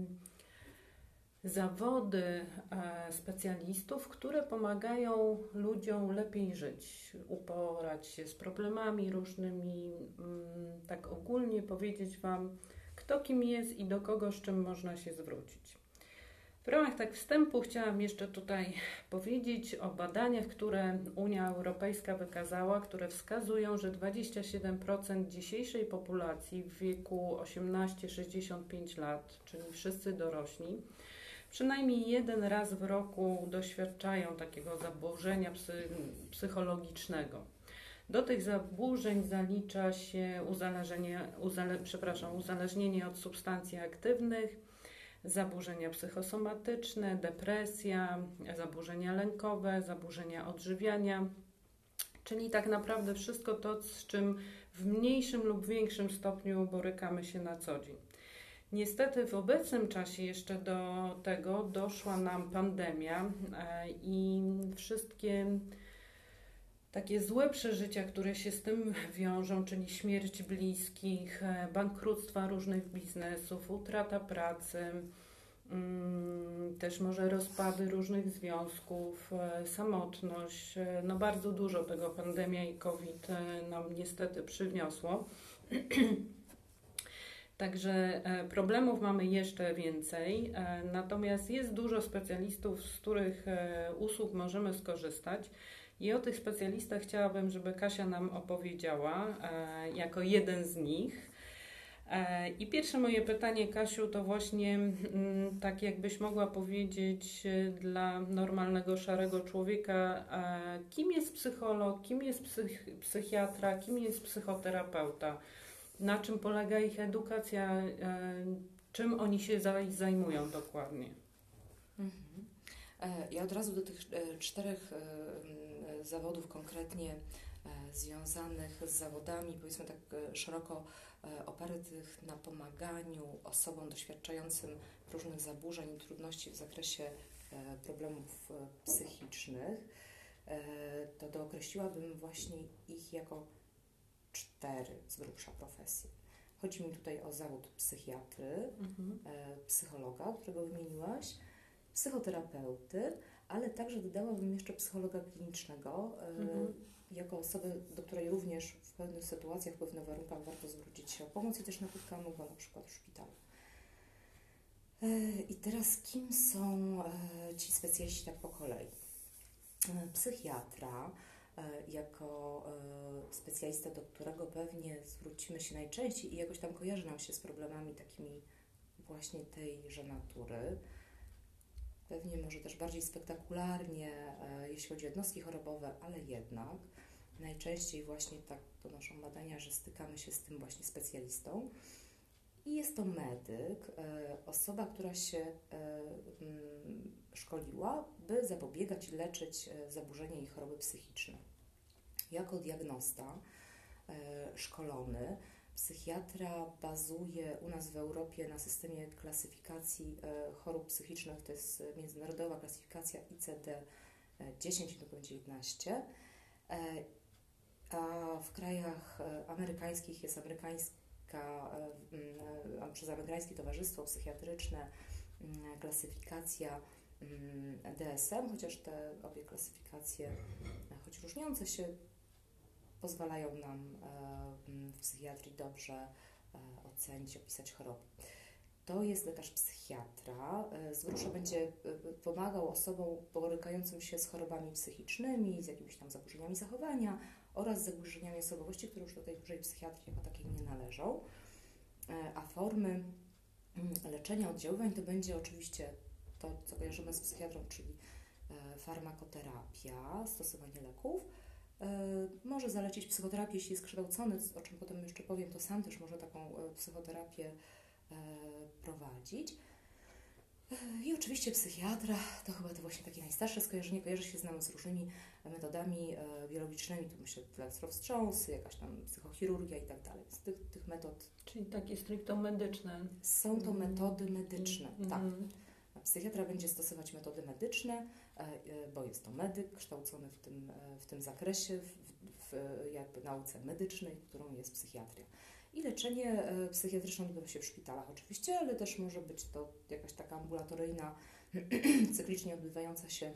zawody specjalistów, które pomagają ludziom lepiej żyć, uporać się z problemami różnymi, tak ogólnie powiedzieć Wam, kto kim jest i do kogo z czym można się zwrócić. W ramach tak wstępu chciałam jeszcze tutaj powiedzieć o badaniach, które Unia Europejska wykazała, które wskazują, że dwadzieścia siedem procent dzisiejszej populacji w wieku osiemnaście do sześćdziesięciu pięciu lat, czyli wszyscy dorośli, przynajmniej jeden raz w roku doświadczają takiego zaburzenia psy, psychologicznego. Do tych zaburzeń zalicza się uzależnienie, uzale, przepraszam, uzależnienie od substancji aktywnych, zaburzenia psychosomatyczne, depresja, zaburzenia lękowe, zaburzenia odżywiania, czyli tak naprawdę wszystko to, z czym w mniejszym lub większym stopniu borykamy się na co dzień. Niestety w obecnym czasie jeszcze do tego doszła nam pandemia i wszystkie takie złe przeżycia, które się z tym wiążą, czyli śmierć bliskich, bankructwa różnych biznesów, utrata pracy, też może rozpady różnych związków, samotność. No bardzo dużo tego pandemia i COVID nam niestety przyniosło. Także problemów mamy jeszcze więcej, natomiast jest dużo specjalistów, z których usług możemy skorzystać. I o tych specjalistach chciałabym, żeby Kasia nam opowiedziała e, jako jeden z nich. E, I pierwsze moje pytanie, Kasiu, to właśnie m, tak jakbyś mogła powiedzieć e, dla normalnego, szarego człowieka, e, kim jest psycholog, kim jest psych, psychiatra, kim jest psychoterapeuta, na czym polega ich edukacja, e, czym oni się zajmują dokładnie. Mhm. Ja od razu do tych czterech zawodów konkretnie związanych z zawodami, powiedzmy tak szeroko opartych na pomaganiu osobom doświadczającym różnych zaburzeń i trudności w zakresie problemów psychicznych, to dookreśliłabym właśnie ich jako cztery z grubsza profesje. Chodzi mi tutaj o zawód psychiatry, mhm. psychologa, którego wymieniłaś, psychoterapeuty, ale także dodałabym jeszcze psychologa klinicznego, mhm. jako osobę, do której również w pewnych sytuacjach, w pewnych warunkach warto zwrócić się o pomoc i też napotkaną go na przykład w szpitalu. I teraz kim są ci specjaliści tak po kolei? Psychiatra jako specjalista, do którego pewnie zwrócimy się najczęściej i jakoś tam kojarzy nam się z problemami takimi właśnie tejże natury. Pewnie może też bardziej spektakularnie, e, jeśli chodzi o jednostki chorobowe, ale jednak najczęściej właśnie tak donoszą badania, że stykamy się z tym właśnie specjalistą. I jest to medyk, e, osoba, która się e, m, szkoliła, by zapobiegać, leczyć e, zaburzenia i choroby psychiczne. Jako diagnosta e, szkolony, psychiatra bazuje u nas w Europie na systemie klasyfikacji e, chorób psychicznych, to jest międzynarodowa klasyfikacja I C D dziesięć do dziewiętnaście, e, a w krajach amerykańskich jest amerykańska, e, e, przez amerykańskie towarzystwo psychiatryczne e, klasyfikacja e, D S M, chociaż te obie klasyfikacje, choć różniące się, pozwalają nam w psychiatrii dobrze ocenić, opisać choroby. To jest lekarz psychiatra. Z grubsza będzie pomagał osobom borykającym się z chorobami psychicznymi, z jakimiś tam zaburzeniami zachowania oraz zaburzeniami osobowości, które już do tej dużej psychiatrii jako takiej nie należą. A formy leczenia oddziaływań to będzie oczywiście to, co kojarzymy z psychiatrą, czyli farmakoterapia, stosowanie leków. Może zalecić psychoterapię, jeśli jest kształcony, o czym potem jeszcze powiem, to sam też może taką psychoterapię prowadzić. I oczywiście psychiatra, to chyba to właśnie takie najstarsze skojarzenie, kojarzy się z nami z różnymi metodami biologicznymi, tu myślę elektrowstrząsy, jakaś tam psychochirurgia i tak dalej. Z tych, tych metod... Czyli takie stricte medyczne. Są to metody medyczne, mm. tak. Psychiatra będzie stosować metody medyczne, bo jest to medyk kształcony w tym, w tym zakresie, w, w jakby nauce medycznej, którą jest psychiatria. I leczenie psychiatryczne odbywa się w szpitalach oczywiście, ale też może być to jakaś taka ambulatoryjna, cyklicznie odbywająca się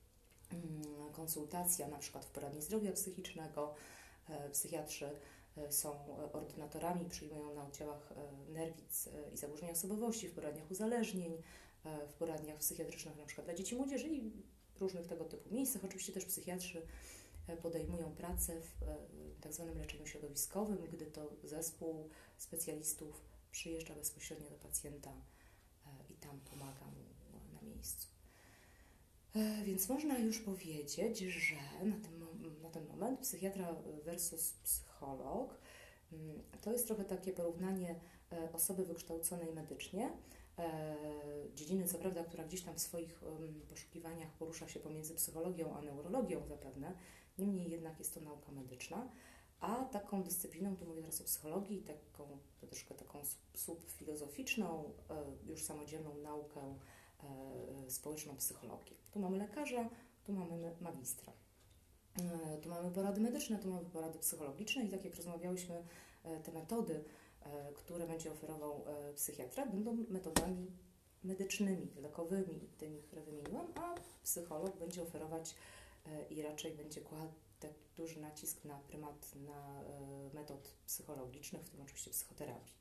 konsultacja, na przykład w poradni zdrowia psychicznego. Psychiatrzy są ordynatorami, przyjmują na oddziałach nerwic i zaburzeń osobowości, w poradniach uzależnień, w poradniach psychiatrycznych na przykład dla dzieci i młodzieży i różnych tego typu miejscach. Oczywiście też psychiatrzy podejmują pracę w tak zwanym leczeniu środowiskowym, gdy to zespół specjalistów przyjeżdża bezpośrednio do pacjenta i tam pomaga mu na miejscu. Więc można już powiedzieć, że na ten, na ten moment psychiatra versus psycholog to jest trochę takie porównanie osoby wykształconej medycznie, dziedziny co prawda, która gdzieś tam w swoich poszukiwaniach porusza się pomiędzy psychologią a neurologią zapewne, niemniej jednak jest to nauka medyczna, a taką dyscypliną, tu mówię teraz o psychologii, taką troszkę taką subfilozoficzną, już samodzielną naukę społeczną psychologię. Tu mamy lekarza, tu mamy magistra. Tu mamy porady medyczne, tu mamy porady psychologiczne i tak jak rozmawiałyśmy, te metody, które będzie oferował psychiatra, będą metodami medycznymi, lekowymi, tymi, które wymieniłam, a psycholog będzie oferować i raczej będzie kładł taki duży nacisk na prymat na metod psychologicznych, w tym oczywiście psychoterapii.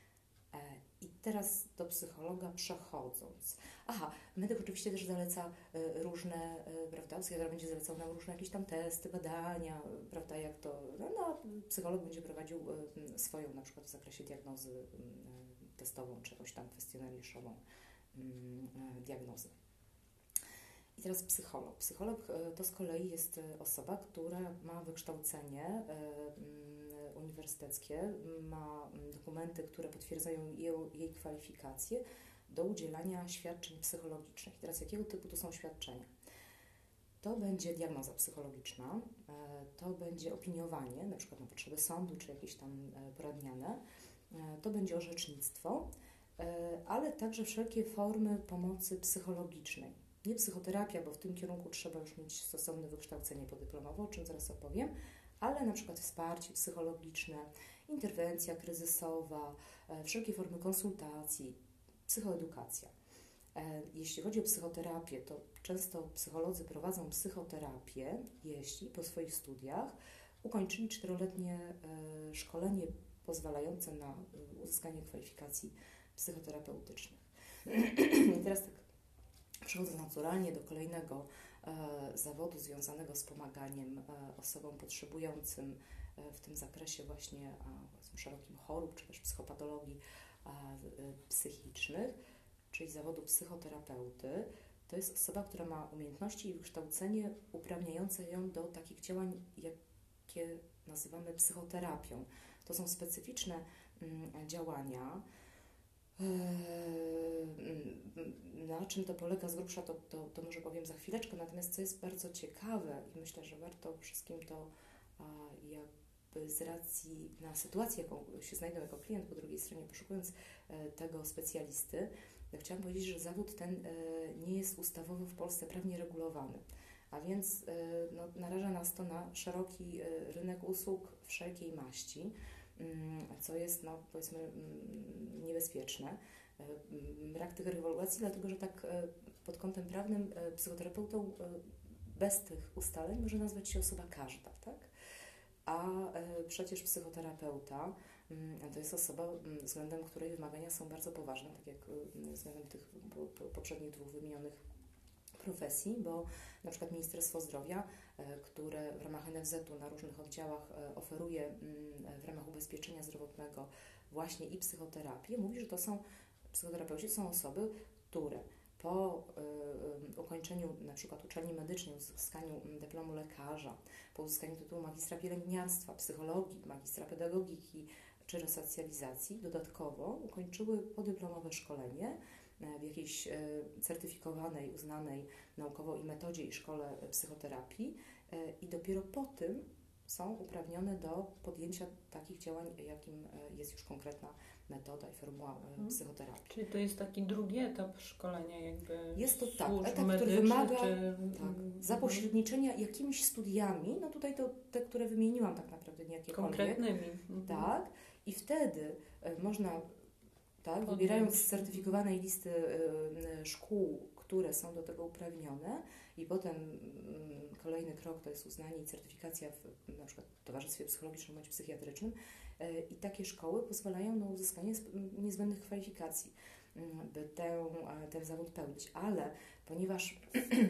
I teraz do psychologa przechodząc. Aha, medyk oczywiście też zaleca różne, prawda, psychiatra będzie zalecał nam różne jakieś tam testy, badania, prawda, jak to, no, no psycholog będzie prowadził swoją na przykład w zakresie diagnozy testową, czy jakąś tam kwestionariuszową diagnozę. I teraz psycholog. Psycholog to z kolei jest osoba, która ma wykształcenie uniwersyteckie, ma dokumenty, które potwierdzają jej, jej kwalifikacje do udzielania świadczeń psychologicznych. I teraz jakiego typu to są świadczenia? To będzie diagnoza psychologiczna, to będzie opiniowanie, na przykład na potrzeby sądu, czy jakieś tam poradniane, to będzie orzecznictwo, ale także wszelkie formy pomocy psychologicznej. Nie psychoterapia, bo w tym kierunku trzeba już mieć stosowne wykształcenie podyplomowe, o czym zaraz opowiem, ale na przykład wsparcie psychologiczne, interwencja kryzysowa, wszelkie formy konsultacji, psychoedukacja. Jeśli chodzi o psychoterapię, to często psycholodzy prowadzą psychoterapię, jeśli po swoich studiach ukończyli czteroletnie szkolenie pozwalające na uzyskanie kwalifikacji psychoterapeutycznych. I teraz tak, przechodzę naturalnie do kolejnego e, zawodu związanego z pomaganiem e, osobom potrzebującym e, w tym zakresie właśnie a, szerokim chorób, czy też psychopatologii a, e, psychicznych, czyli zawodu psychoterapeuty. To jest osoba, która ma umiejętności i wykształcenie uprawniające ją do takich działań, jakie nazywamy psychoterapią. To są specyficzne mm, działania. Na czym to polega z grubsza, to, to, to może powiem za chwileczkę, natomiast co jest bardzo ciekawe i myślę, że warto wszystkim to a, jakby z racji na sytuację, jaką się znajdą jako klient po drugiej stronie, poszukując e, tego specjalisty, ja chciałam powiedzieć, że zawód ten e, nie jest ustawowo w Polsce prawnie regulowany, a więc e, no, naraża nas to na szeroki e, rynek usług wszelkiej maści, co jest, no, powiedzmy, niebezpieczne. Brak tych regulacji, dlatego że tak pod kątem prawnym psychoterapeutą bez tych ustaleń może nazwać się osoba każda, tak? A przecież psychoterapeuta to jest osoba, względem której wymagania są bardzo poważne, tak jak względem tych poprzednich dwóch wymienionych profesji, bo na przykład Ministerstwo Zdrowia, które w ramach N F Z u na różnych oddziałach oferuje w ramach ubezpieczenia zdrowotnego właśnie i psychoterapię, mówi, że to są psychoterapeuci, to są osoby, które po y, ukończeniu na przykład uczelni medycznej, uzyskaniu dyplomu lekarza, po uzyskaniu tytułu magistra pielęgniarstwa, psychologii, magistra pedagogiki czy resocjalizacji, dodatkowo ukończyły podyplomowe szkolenie w jakiejś certyfikowanej, uznanej naukowo i metodzie i szkole psychoterapii i dopiero po tym są uprawnione do podjęcia takich działań, jakim jest już konkretna metoda i formuła hmm. psychoterapii. Czyli to jest taki drugi etap szkolenia jakby Jest to tak, etap, który wymaga czy... tak, zapośredniczenia jakimiś studiami, no tutaj to te, które wymieniłam tak naprawdę, nie jakiekolwiek. Konkretnymi. Tak, i wtedy można, tak, wybierając z certyfikowanej listy y, szkół, które są do tego uprawnione i potem y, kolejny krok to jest uznanie i certyfikacja w na przykład towarzystwie psychologicznym bądź psychiatrycznym y, i takie szkoły pozwalają na uzyskanie niezbędnych kwalifikacji, y, by tę, ten zawód pełnić. Ale ponieważ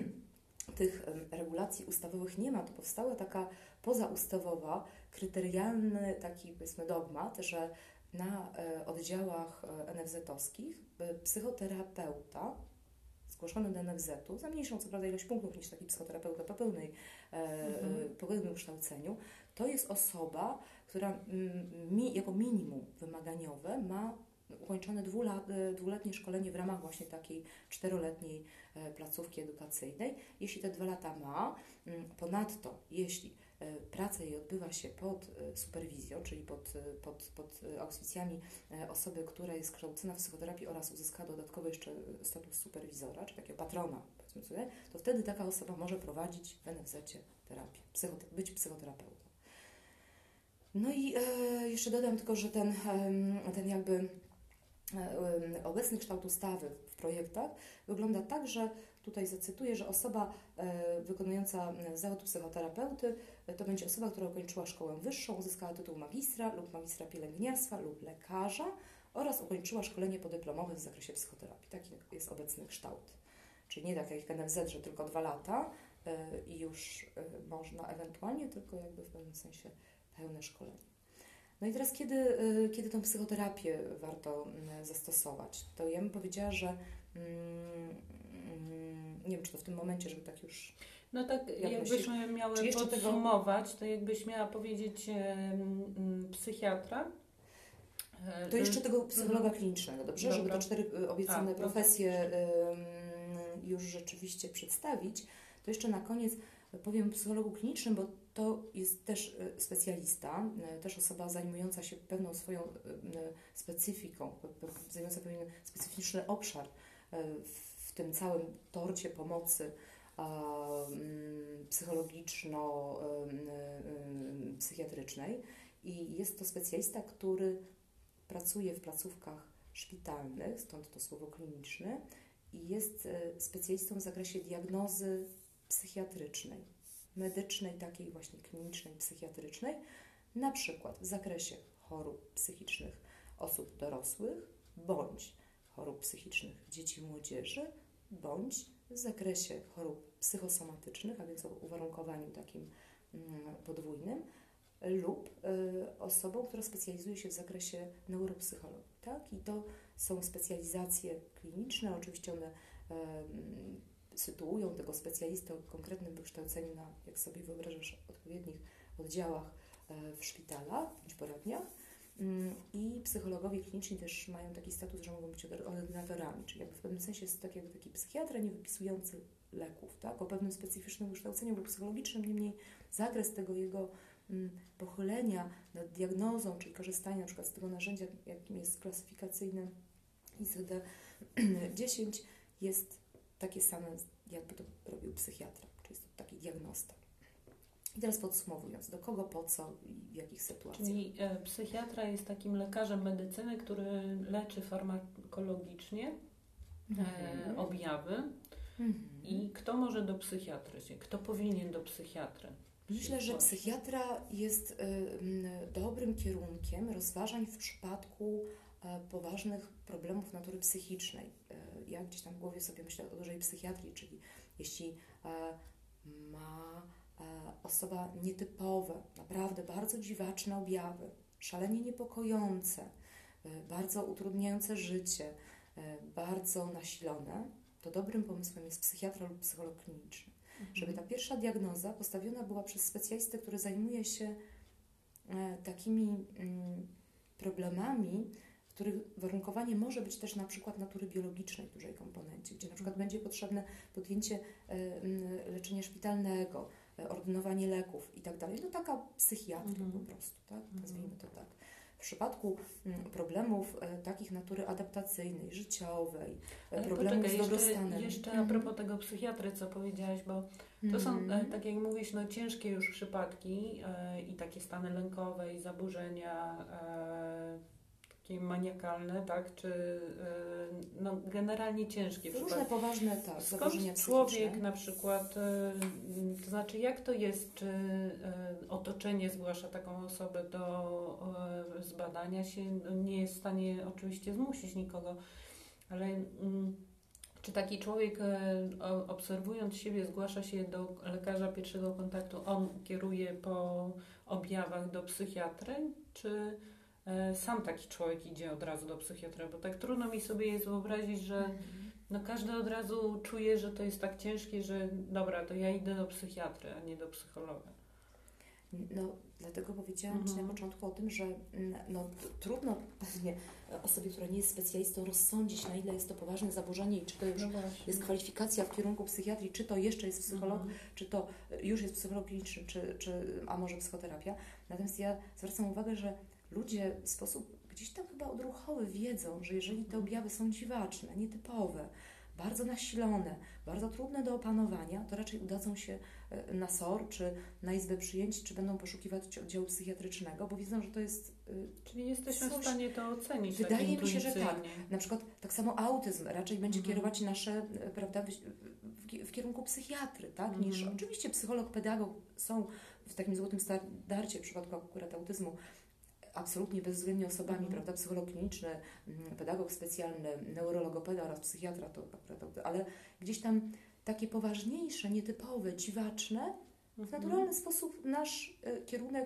tych y, regulacji ustawowych nie ma, to powstała taka pozaustawowa, kryterialny taki powiedzmy dogmat, że na y, oddziałach y, N F Z owskich y, psychoterapeuta zgłoszony do N F Z-u, za mniejszą co prawda ilość punktów niż taki psychoterapeuta po, pełnej, mhm. po pełnym kształceniu, to jest osoba, która mi, jako minimum wymaganiowe ma ukończone dwulat, dwuletnie szkolenie w ramach właśnie takiej czteroletniej placówki edukacyjnej. Jeśli te dwa lata ma, ponadto jeśli praca jej odbywa się pod superwizją, czyli pod, pod, pod auspicjami osoby, która jest kształcona w psychoterapii oraz uzyska dodatkowo jeszcze status superwizora, czy takiego patrona, powiedzmy sobie, to wtedy taka osoba może prowadzić w N F Z-cie terapię, psychot- być psychoterapeutą. No i e, jeszcze dodam tylko, że ten, e, ten jakby e, obecny kształt ustawy w projektach wygląda tak, że tutaj zacytuję, że osoba e, wykonująca zawód psychoterapeuty e, to będzie osoba, która ukończyła szkołę wyższą, uzyskała tytuł magistra lub magistra pielęgniarstwa lub lekarza oraz ukończyła szkolenie podyplomowe w zakresie psychoterapii. Taki jest obecny kształt. Czyli nie tak jak N F Z, że tylko dwa lata e, i już e, można ewentualnie, tylko jakby w pewnym sensie pełne szkolenie. No i teraz, kiedy, e, kiedy tą psychoterapię warto m, zastosować? To ja bym powiedziała, że mm, nie wiem, czy to w tym momencie, żeby tak już... No tak, jakbyśmy miały podsumować, tego... to jakbyś miała powiedzieć um, psychiatra. To jeszcze tego psychologa klinicznego, dobrze? Dobra. Żeby te cztery obiecane A, profesje um, już rzeczywiście przedstawić. To jeszcze na koniec powiem o psychologu klinicznym, bo to jest też specjalista, też osoba zajmująca się pewną swoją specyfiką, zajmująca pewien specyficzny obszar w tym całym torcie pomocy psychologiczno-psychiatrycznej i jest to specjalista, który pracuje w placówkach szpitalnych, stąd to słowo kliniczny, i jest specjalistą w zakresie diagnozy psychiatrycznej, medycznej, takiej właśnie klinicznej, psychiatrycznej, na przykład w zakresie chorób psychicznych osób dorosłych, bądź chorób psychicznych dzieci i młodzieży, bądź w zakresie chorób psychosomatycznych, a więc o uwarunkowaniu takim podwójnym, lub y, osobą, która specjalizuje się w zakresie neuropsychologii. Tak? I to są specjalizacje kliniczne, oczywiście one y, sytuują tego specjalistę o konkretnym wykształceniu na, jak sobie wyobrażasz, odpowiednich oddziałach y, w szpitalach bądź poradniach. I psychologowie kliniczni też mają taki status, że mogą być ordynatorami, czyli jakby w pewnym sensie jest tak jakby taki psychiatra nie wypisujący leków, tak? O pewnym specyficznym wykształceniu lub psychologicznym, niemniej zakres tego jego mm, pochylenia nad diagnozą, czyli korzystania na przykład z tego narzędzia, jakim jest klasyfikacyjne I C D dziesięć, jest takie same, jakby to robił psychiatra, czyli jest to taki diagnosta. I teraz podsumowując, do kogo, po co i w jakich sytuacjach? Czyli e, psychiatra jest takim lekarzem medycyny, który leczy farmakologicznie e, objawy. Mm-hmm. I kto może do psychiatry się? Kto powinien do psychiatry? Myślę, że psychiatra jest y, dobrym kierunkiem rozważań w przypadku y, poważnych problemów natury psychicznej. Y, ja gdzieś tam w głowie sobie myślę o dużej psychiatrii, czyli jeśli y, ma osoba nietypowe, naprawdę bardzo dziwaczne objawy, szalenie niepokojące, bardzo utrudniające życie, bardzo nasilone, to dobrym pomysłem jest psychiatra lub psycholog kliniczny. Mhm. Żeby ta pierwsza diagnoza postawiona była przez specjalistę, który zajmuje się takimi problemami, w których warunkowanie może być też na przykład natury biologicznej w dużej komponencie, gdzie na przykład będzie potrzebne podjęcie leczenia szpitalnego, ordynowanie leków i tak dalej. No taka psychiatria mm-hmm. po prostu, tak? Nazwijmy to tak. W przypadku m, problemów e, takich natury adaptacyjnej, życiowej, e, problemów poczekaj, z dobrostanem. Jeszcze, jeszcze mm-hmm. a propos tego psychiatry, co powiedziałaś, bo to mm-hmm. są, e, tak jak mówisz, no, ciężkie już przypadki e, i takie stany lękowe i zaburzenia e, maniakalne, tak, czy y, no, generalnie ciężkie. Różne przypadki. Poważne, tak, zaburzenia psychiczne. Człowiek na przykład, y, to znaczy jak to jest, czy y, otoczenie zgłasza taką osobę do y, zbadania się, nie jest w stanie oczywiście zmusić nikogo, ale y, czy taki człowiek y, obserwując siebie zgłasza się do lekarza pierwszego kontaktu, on kieruje po objawach do psychiatry, czy sam taki człowiek idzie od razu do psychiatra, bo tak trudno mi sobie jest wyobrazić, że No każdy od razu czuje, że to jest tak ciężkie, że dobra, to ja idę do psychiatry, a nie do psychologa. No, dlatego powiedziałam Ci Mhm. na początku o tym, że mm, no, t- trudno pewnie osobie, która nie jest specjalistą, rozsądzić, na ile jest to poważne zaburzenie i czy to już No właśnie. jest kwalifikacja w kierunku psychiatrii, czy to jeszcze jest psycholog, Mhm. czy to już jest psycholog kliniczny, czy, czy, a może psychoterapia. Natomiast ja zwracam uwagę, że ludzie w sposób gdzieś tam chyba odruchowy wiedzą, że jeżeli te objawy są dziwaczne, nietypowe, bardzo nasilone, bardzo trudne do opanowania, to raczej udadzą się e, na S O R, czy na izbę przyjęć, czy będą poszukiwać oddziału psychiatrycznego, bo wiedzą, że to jest y, Czyli jesteśmy Coś- w stanie to ocenić. Wydaje tak mi się, że tak. intuicyjnie. na przykład tak samo autyzm raczej będzie Mhm. kierować nasze, e, prawda, w, w, w kierunku psychiatry, tak, Mhm. niż oczywiście psycholog, pedagog są w takim złotym standardzie w przypadku akurat autyzmu absolutnie bezwzględnie osobami, Mhm. prawda, psycholog kliniczny, mm, pedagog specjalny, neurologopeda oraz psychiatra, to akurat, ale gdzieś tam takie poważniejsze, nietypowe, dziwaczne, w Mhm. naturalny sposób nasz e, kierunek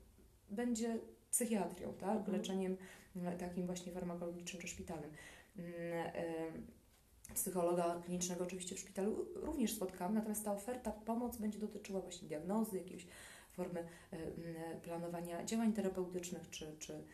będzie psychiatrią, tak? Mhm. Leczeniem e, takim właśnie farmakologicznym czy szpitalnym. Mm, e, Psychologa klinicznego oczywiście w szpitalu również spotkałam, natomiast ta oferta, pomoc będzie dotyczyła właśnie diagnozy, jakiejś formy e, m, planowania działań terapeutycznych, czy, czy, e,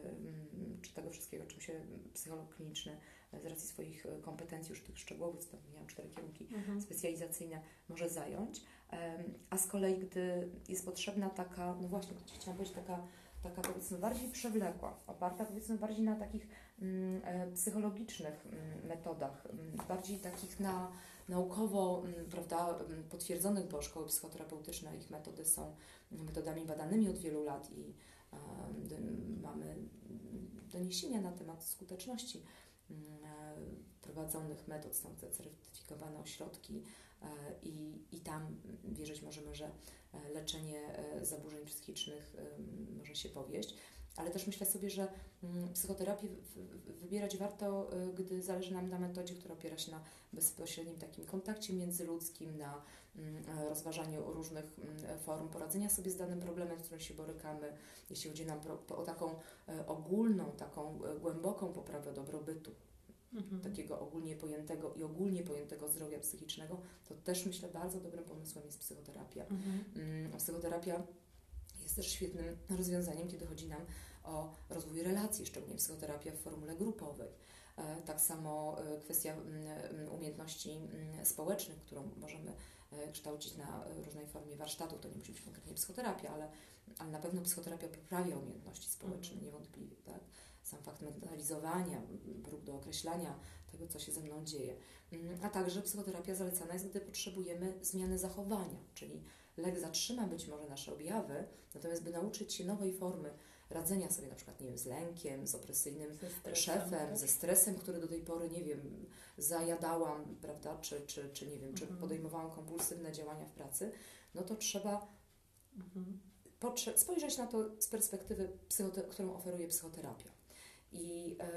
m, czy tego wszystkiego, czym się psycholog kliniczny e, z racji swoich e, kompetencji już tych szczegółowych, co tam miałam cztery kierunki Mhm. specjalizacyjne, może zająć. Em, A z kolei, gdy jest potrzebna taka, no właśnie, chciałam powiedzieć, taka, taka powiedzmy bardziej przewlekła, oparta powiedzmy bardziej na takich mm, e, psychologicznych mm, metodach, mm, bardziej takich na naukowo mm, prawda, mm, potwierdzonych, bo szkoły psychoterapeutyczne, ich metody są metodami badanymi od wielu lat i em, d- mamy doniesienia na temat skuteczności mm, e, prowadzonych metod, są te certyfikowane ośrodki e, i, i tam wierzyć możemy, że e, leczenie e, zaburzeń psychicznych em, może się powieść. Ale też myślę sobie, że mm, psychoterapię w- w- wybierać warto, e, gdy zależy nam na metodzie, która opiera się na bezpośrednim takim kontakcie międzyludzkim, na mm, e, rozważaniu różnych mm, form poradzenia sobie z danym problemem, z którym się borykamy, jeśli chodzi nam pro, o taką e, ogólną, taką e, głęboką poprawę dobrobytu, Mhm. takiego ogólnie pojętego i ogólnie pojętego zdrowia psychicznego, to też myślę bardzo dobrym pomysłem jest psychoterapia. Mhm. Mm, Psychoterapia jest też świetnym rozwiązaniem, kiedy chodzi nam o rozwój relacji, szczególnie psychoterapia w formule grupowej. E, Tak samo e, kwestia mm, mm, umiejętności mm, społecznych, którą możemy e, kształcić na e, różnej formie warsztatu. To nie musi być konkretnie psychoterapia, ale, ale na pewno psychoterapia poprawia umiejętności społeczne, Mhm. niewątpliwie. Tak? Sam fakt mentalizowania, prób do określania tego, co się ze mną dzieje. Mm, A także psychoterapia zalecana jest, gdy potrzebujemy zmiany zachowania, czyli lek zatrzyma być może nasze objawy, natomiast by nauczyć się nowej formy radzenia sobie na przykład, nie wiem, z lękiem, z opresyjnym Ze stresem, szefem, tak? ze stresem, który do tej pory, nie wiem, zajadałam, prawda, czy, czy, czy nie wiem, czy Mhm. podejmowałam kompulsywne działania w pracy, no to trzeba Mhm. potrze- spojrzeć na to z perspektywy, psychote- którą oferuje psychoterapia. I e,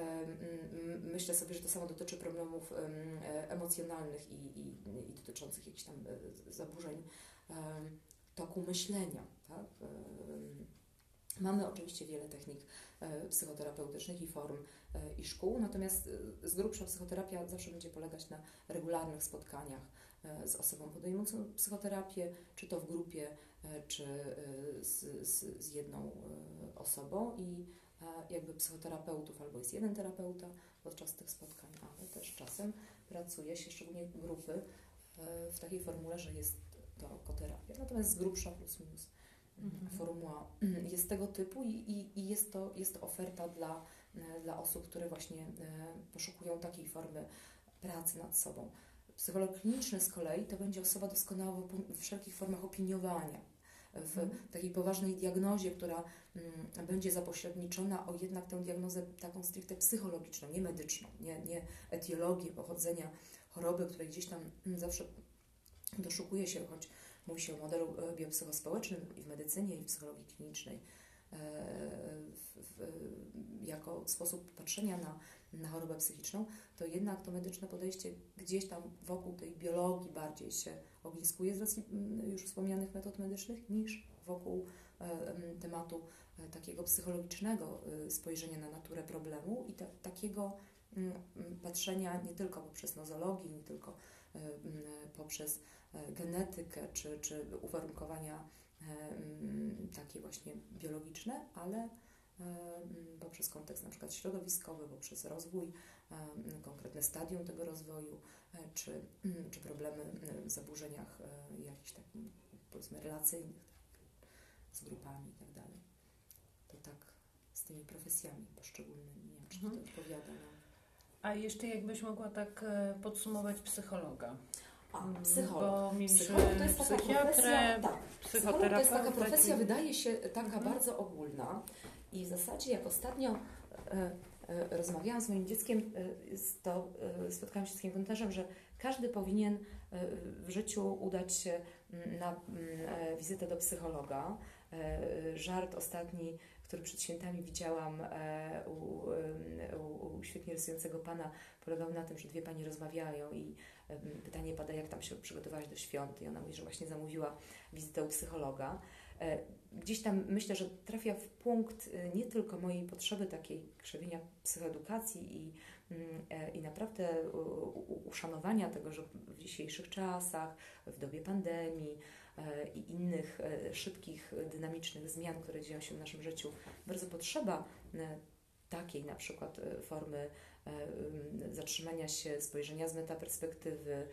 m, myślę sobie, że to samo dotyczy problemów em, e, emocjonalnych i, i, i dotyczących jakichś tam e, zaburzeń em, toku myślenia. Tak? Em, Mamy oczywiście wiele technik e, psychoterapeutycznych i form e, i szkół, natomiast e, z grubsza psychoterapia zawsze będzie polegać na regularnych spotkaniach e, z osobą podejmującą psychoterapię, czy to w grupie, e, czy e, z, z, z jedną e, osobą i e, jakby psychoterapeutów albo jest jeden terapeuta podczas tych spotkań, ale też czasem pracuje się, szczególnie grupy, e, w takiej formule, że jest to koterapia. Natomiast z grubsza plus minus Mhm. formuła jest tego typu i, i, i jest, to, jest to oferta dla, e, dla osób, które właśnie e, poszukują takiej formy pracy nad sobą. Psycholog kliniczny z kolei to będzie osoba doskonała w opi- w wszelkich formach opiniowania, w Mhm. takiej poważnej diagnozie, która mm, będzie zapośredniczona o jednak tę diagnozę taką stricte psychologiczną, nie medyczną, nie, nie etiologię pochodzenia choroby, której gdzieś tam mm, zawsze doszukuje się, choć mówi się o modelu e, biopsychospołecznym i w medycynie, i w psychologii klinicznej, e, w, w, jako sposób patrzenia na, na chorobę psychiczną, to jednak to medyczne podejście gdzieś tam wokół tej biologii bardziej się ogniskuje z racji mm, już wspomnianych metod medycznych, niż wokół e, em, tematu e, takiego psychologicznego e, spojrzenia na naturę problemu i ta, takiego patrzenia nie tylko poprzez nozologię, nie tylko poprzez genetykę czy, czy uwarunkowania takie właśnie biologiczne, ale poprzez kontekst na przykład środowiskowy, poprzez rozwój, konkretne stadium tego rozwoju, czy, czy problemy w zaburzeniach jakichś takich, powiedzmy, relacyjnych z grupami i tak dalej. To tak z tymi profesjami poszczególnymi. Nie wiem, czy to mhm. odpowiada nam. A jeszcze jakbyś mogła tak podsumować psychologa? A, psycholog. Bo psycholog to jest taka profesja, tak, psycholog to jest taka profesja, wydaje się taka mhm. bardzo ogólna i w zasadzie jak ostatnio e, e, rozmawiałam z moim dzieckiem, e, to e, spotkałam się z takim komentarzem, że każdy powinien e, w życiu udać się na e, wizytę do psychologa. E, żart ostatni, który przed świętami widziałam e, u, u, u świetnie rysującego pana, polegał na tym, że dwie pani rozmawiają i e, pytanie pada, jak tam się przygotowałaś do świąt, i ona mówi, że właśnie zamówiła wizytę u psychologa. E, gdzieś tam myślę, że trafia w punkt e, nie tylko mojej potrzeby takiej krzewienia psychoedukacji i, e, i naprawdę u, u, uszanowania tego, że w dzisiejszych czasach, w dobie pandemii, i innych szybkich, dynamicznych zmian, które dzieją się w naszym życiu, bardzo potrzeba takiej na przykład formy zatrzymania się, spojrzenia z metaperspektywy,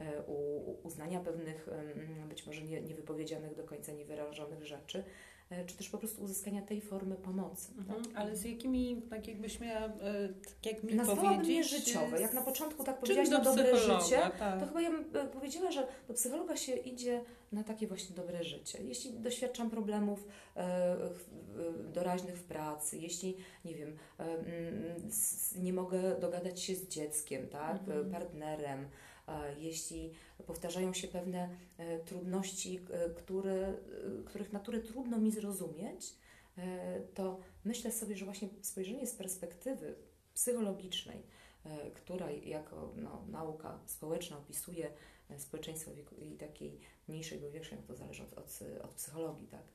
uznania pewnych być może nie, niewypowiedzianych do końca, niewyrażonych rzeczy, czy też po prostu uzyskania tej formy pomocy. Mhm. Tak? Ale z jakimi, tak jakbyś miała, tak jak mi nazwałabym powiedzieć... je życiowe. Jak na początku tak powiedziałaś na dobre życie, tak. to chyba ja bym powiedziała, że do psychologa się idzie na takie właśnie dobre życie. Jeśli doświadczam problemów e, doraźnych w pracy, jeśli, nie wiem, e, nie mogę dogadać się z dzieckiem, tak, mhm. partnerem, jeśli powtarzają się pewne trudności, które, których natury trudno mi zrozumieć, to myślę sobie, że właśnie spojrzenie z perspektywy psychologicznej, która jako no, nauka społeczna opisuje społeczeństwo i takiej mniejszej lub większej, to zależy od, od, od psychologii, tak,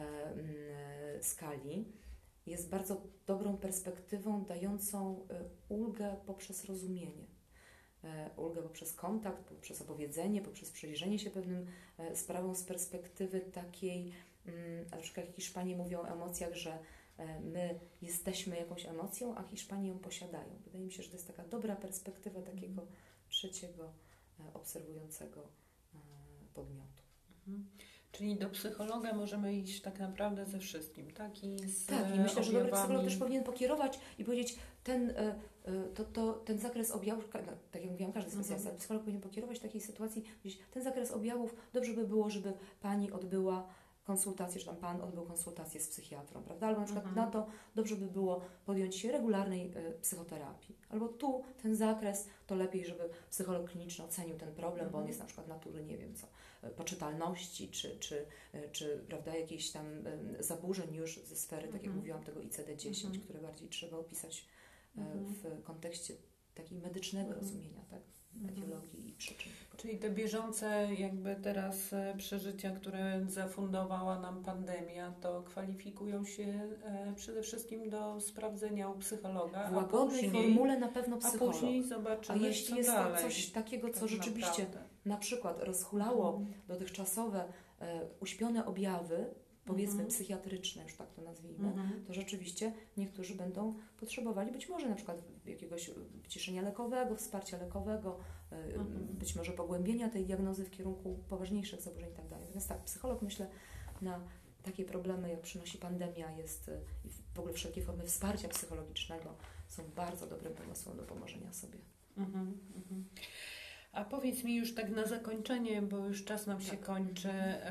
skali, jest bardzo dobrą perspektywą dającą ulgę poprzez rozumienie. Ulgę poprzez kontakt, poprzez opowiedzenie, poprzez przyjrzenie się pewnym sprawom z perspektywy takiej, na przykład jak Hiszpanie mówią o emocjach, że my jesteśmy jakąś emocją, a Hiszpanie ją posiadają. Wydaje mi się, że to jest taka dobra perspektywa takiego trzeciego, obserwującego podmiotu. Mhm. Czyli do psychologa możemy iść tak naprawdę ze wszystkim, tak? I z tak, i myślę, że dobry psycholog też powinien pokierować i powiedzieć, ten, to, to, ten zakres objawów, no, tak jak mówiłam, każdy specjalista, ale psycholog powinien pokierować w takiej sytuacji, powiedzieć, ten zakres objawów, dobrze by było, żeby pani odbyła konsultację, czy tam pan odbył konsultację z psychiatrą, prawda? Albo na przykład mhm. na to dobrze by było podjąć się regularnej y, psychoterapii. Albo tu ten zakres, to lepiej, żeby psycholog kliniczny ocenił ten problem, mhm. bo on jest na przykład natury, nie wiem co, poczytalności, czy, czy, czy prawda, jakichś tam y, zaburzeń już ze sfery, mhm. tak jak mówiłam, tego I C D dziesięć, mhm. które bardziej trzeba opisać y, mhm. w kontekście takiego medycznego mhm. rozumienia, tak? Etiologii i przyczyn. Czyli te bieżące jakby teraz przeżycia, które zafundowała nam pandemia, to kwalifikują się e, przede wszystkim do sprawdzenia u psychologa. W łagodnej później, formule na pewno psycholog. A później zobaczymy, A jeśli co jest dalej, to coś takiego, co tak rzeczywiście naprawdę. na przykład rozhulało mhm. dotychczasowe e, uśpione objawy, powiedzmy mhm. psychiatryczne, już tak to nazwijmy, mhm. to rzeczywiście niektórzy będą potrzebowali być może na przykład jakiegoś wyciszenia lekowego, wsparcia lekowego, mhm. być może pogłębienia tej diagnozy w kierunku poważniejszych zaburzeń i tak dalej. Natomiast tak, psycholog, myślę, na takie problemy, jak przynosi pandemia, jest i w ogóle wszelkie formy wsparcia psychologicznego są bardzo dobrym pomysłem do pomożenia sobie. Mhm. Mhm. A powiedz mi już tak na zakończenie, bo już czas nam się tak. kończy.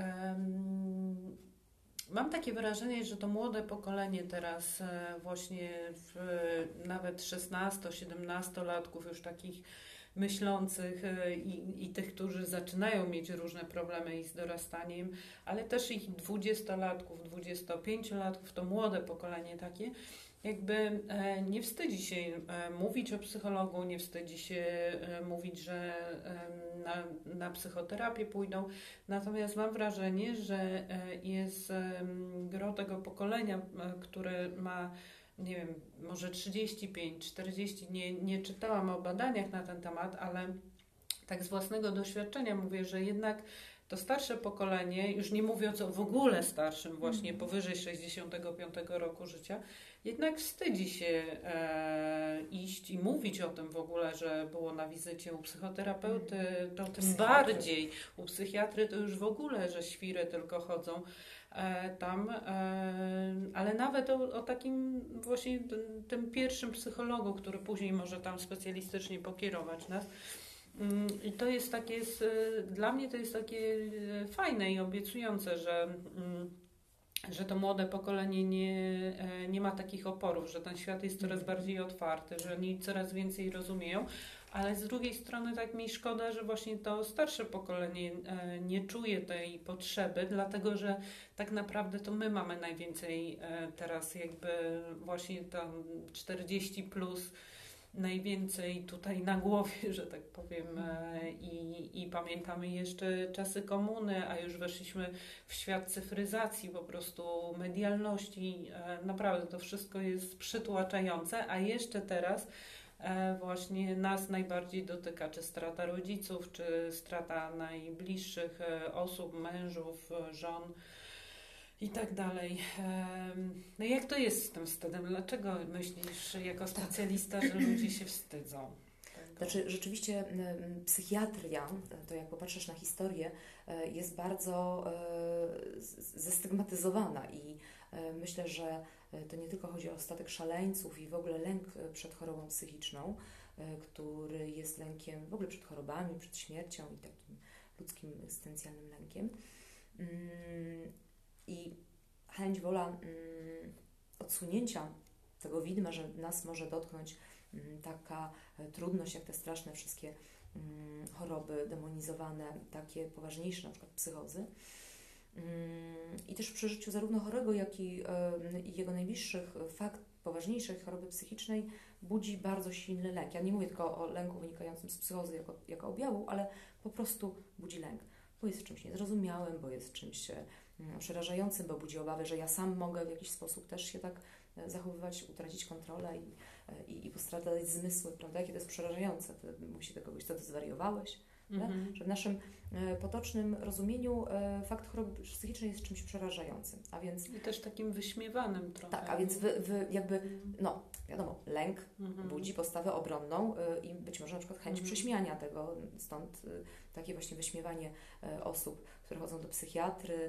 Um, Mam takie wrażenie, że to młode pokolenie teraz właśnie w, nawet szesnasto-siedemnastolatków już takich myślących i, i tych, którzy zaczynają mieć różne problemy i z dorastaniem, ale też ich dwudziestolatków, dwudziestopięciolatków, to młode pokolenie takie, jakby nie wstydzi się mówić o psychologu, nie wstydzi się mówić, że na, na psychoterapię pójdą. Natomiast mam wrażenie, że jest gro tego pokolenia, które ma nie wiem, może trzydzieści pięć, czterdzieści, nie, nie czytałam o badaniach na ten temat, ale tak z własnego doświadczenia mówię, że jednak to starsze pokolenie, już nie mówiąc o w ogóle starszym, właśnie Mhm. powyżej sześćdziesiątego piątego roku życia, jednak wstydzi się e, iść i mówić o tym w ogóle, że było na wizycie u psychoterapeuty, to tym Psychiatry. bardziej u psychiatry to już w ogóle, że świry tylko chodzą e, tam, e, ale nawet o, o takim właśnie tym, tym pierwszym psychologu, który później może tam specjalistycznie pokierować nas. Mm, I to jest takie, jest, y, dla mnie to jest takie y, fajne i obiecujące, że, mm, że to młode pokolenie nie, e, nie ma takich oporów, że ten świat jest coraz bardziej otwarty, że oni coraz więcej rozumieją, ale z drugiej strony tak mi szkoda, że właśnie to starsze pokolenie e, nie czuje tej potrzeby, dlatego że tak naprawdę to my mamy najwięcej e, teraz jakby właśnie tam czterdzieści plus najwięcej tutaj na głowie, że tak powiem, e, i, i pamiętamy jeszcze czasy komuny, a już weszliśmy w świat cyfryzacji, po prostu medialności. E, Naprawdę to wszystko jest przytłaczające, a jeszcze teraz e, właśnie nas najbardziej dotyka, czy strata rodziców, czy strata najbliższych e, osób, mężów, e, żon i tak dalej. Em, No jak to jest z tym wstydem? Dlaczego myślisz jako specjalista, że ludzie się wstydzą tego? Znaczy, rzeczywiście m, psychiatria, to jak popatrzysz na historię, e, jest bardzo e, z- zestygmatyzowana i e, myślę, że e, to nie tylko chodzi o statek szaleńców i w ogóle lęk e, przed chorobą psychiczną, e, który jest lękiem w ogóle przed chorobami, przed śmiercią i takim ludzkim egzystencjalnym lękiem. Mm, I chęć, wola mm, odsunięcia tego widma, że nas może dotknąć mm, taka e, trudność, jak te straszne wszystkie mm, choroby demonizowane, takie poważniejsze, na przykład psychozy. Mm, I też w przeżyciu zarówno chorego, jak i, e, i jego najbliższych e, fakt poważniejszej choroby psychicznej budzi bardzo silny lęk. Ja nie mówię tylko o lęku wynikającym z psychozy jako, jako objawu, ale po prostu budzi lęk, bo jest czymś niezrozumiałym, bo jest czymś e, mm, przerażającym, bo budzi obawy, że ja sam mogę w jakiś sposób też się tak e, zachowywać, utracić kontrolę i, e, i, i postradać zmysły, prawda? Jakie to jest przerażające. To mówi się do kogoś, co ty zwariowałeś? Prawda? Mhm. Że w naszym e, potocznym rozumieniu e, fakt choroby psychicznej jest czymś przerażającym, a więc I też takim wyśmiewanym trochę. tak, a więc wy, wy jakby, no wiadomo, lęk Mhm. budzi postawę obronną y, i być może na przykład chęć Mhm. prześmiania tego, stąd y, takie właśnie wyśmiewanie y, osób, które chodzą do psychiatry, y,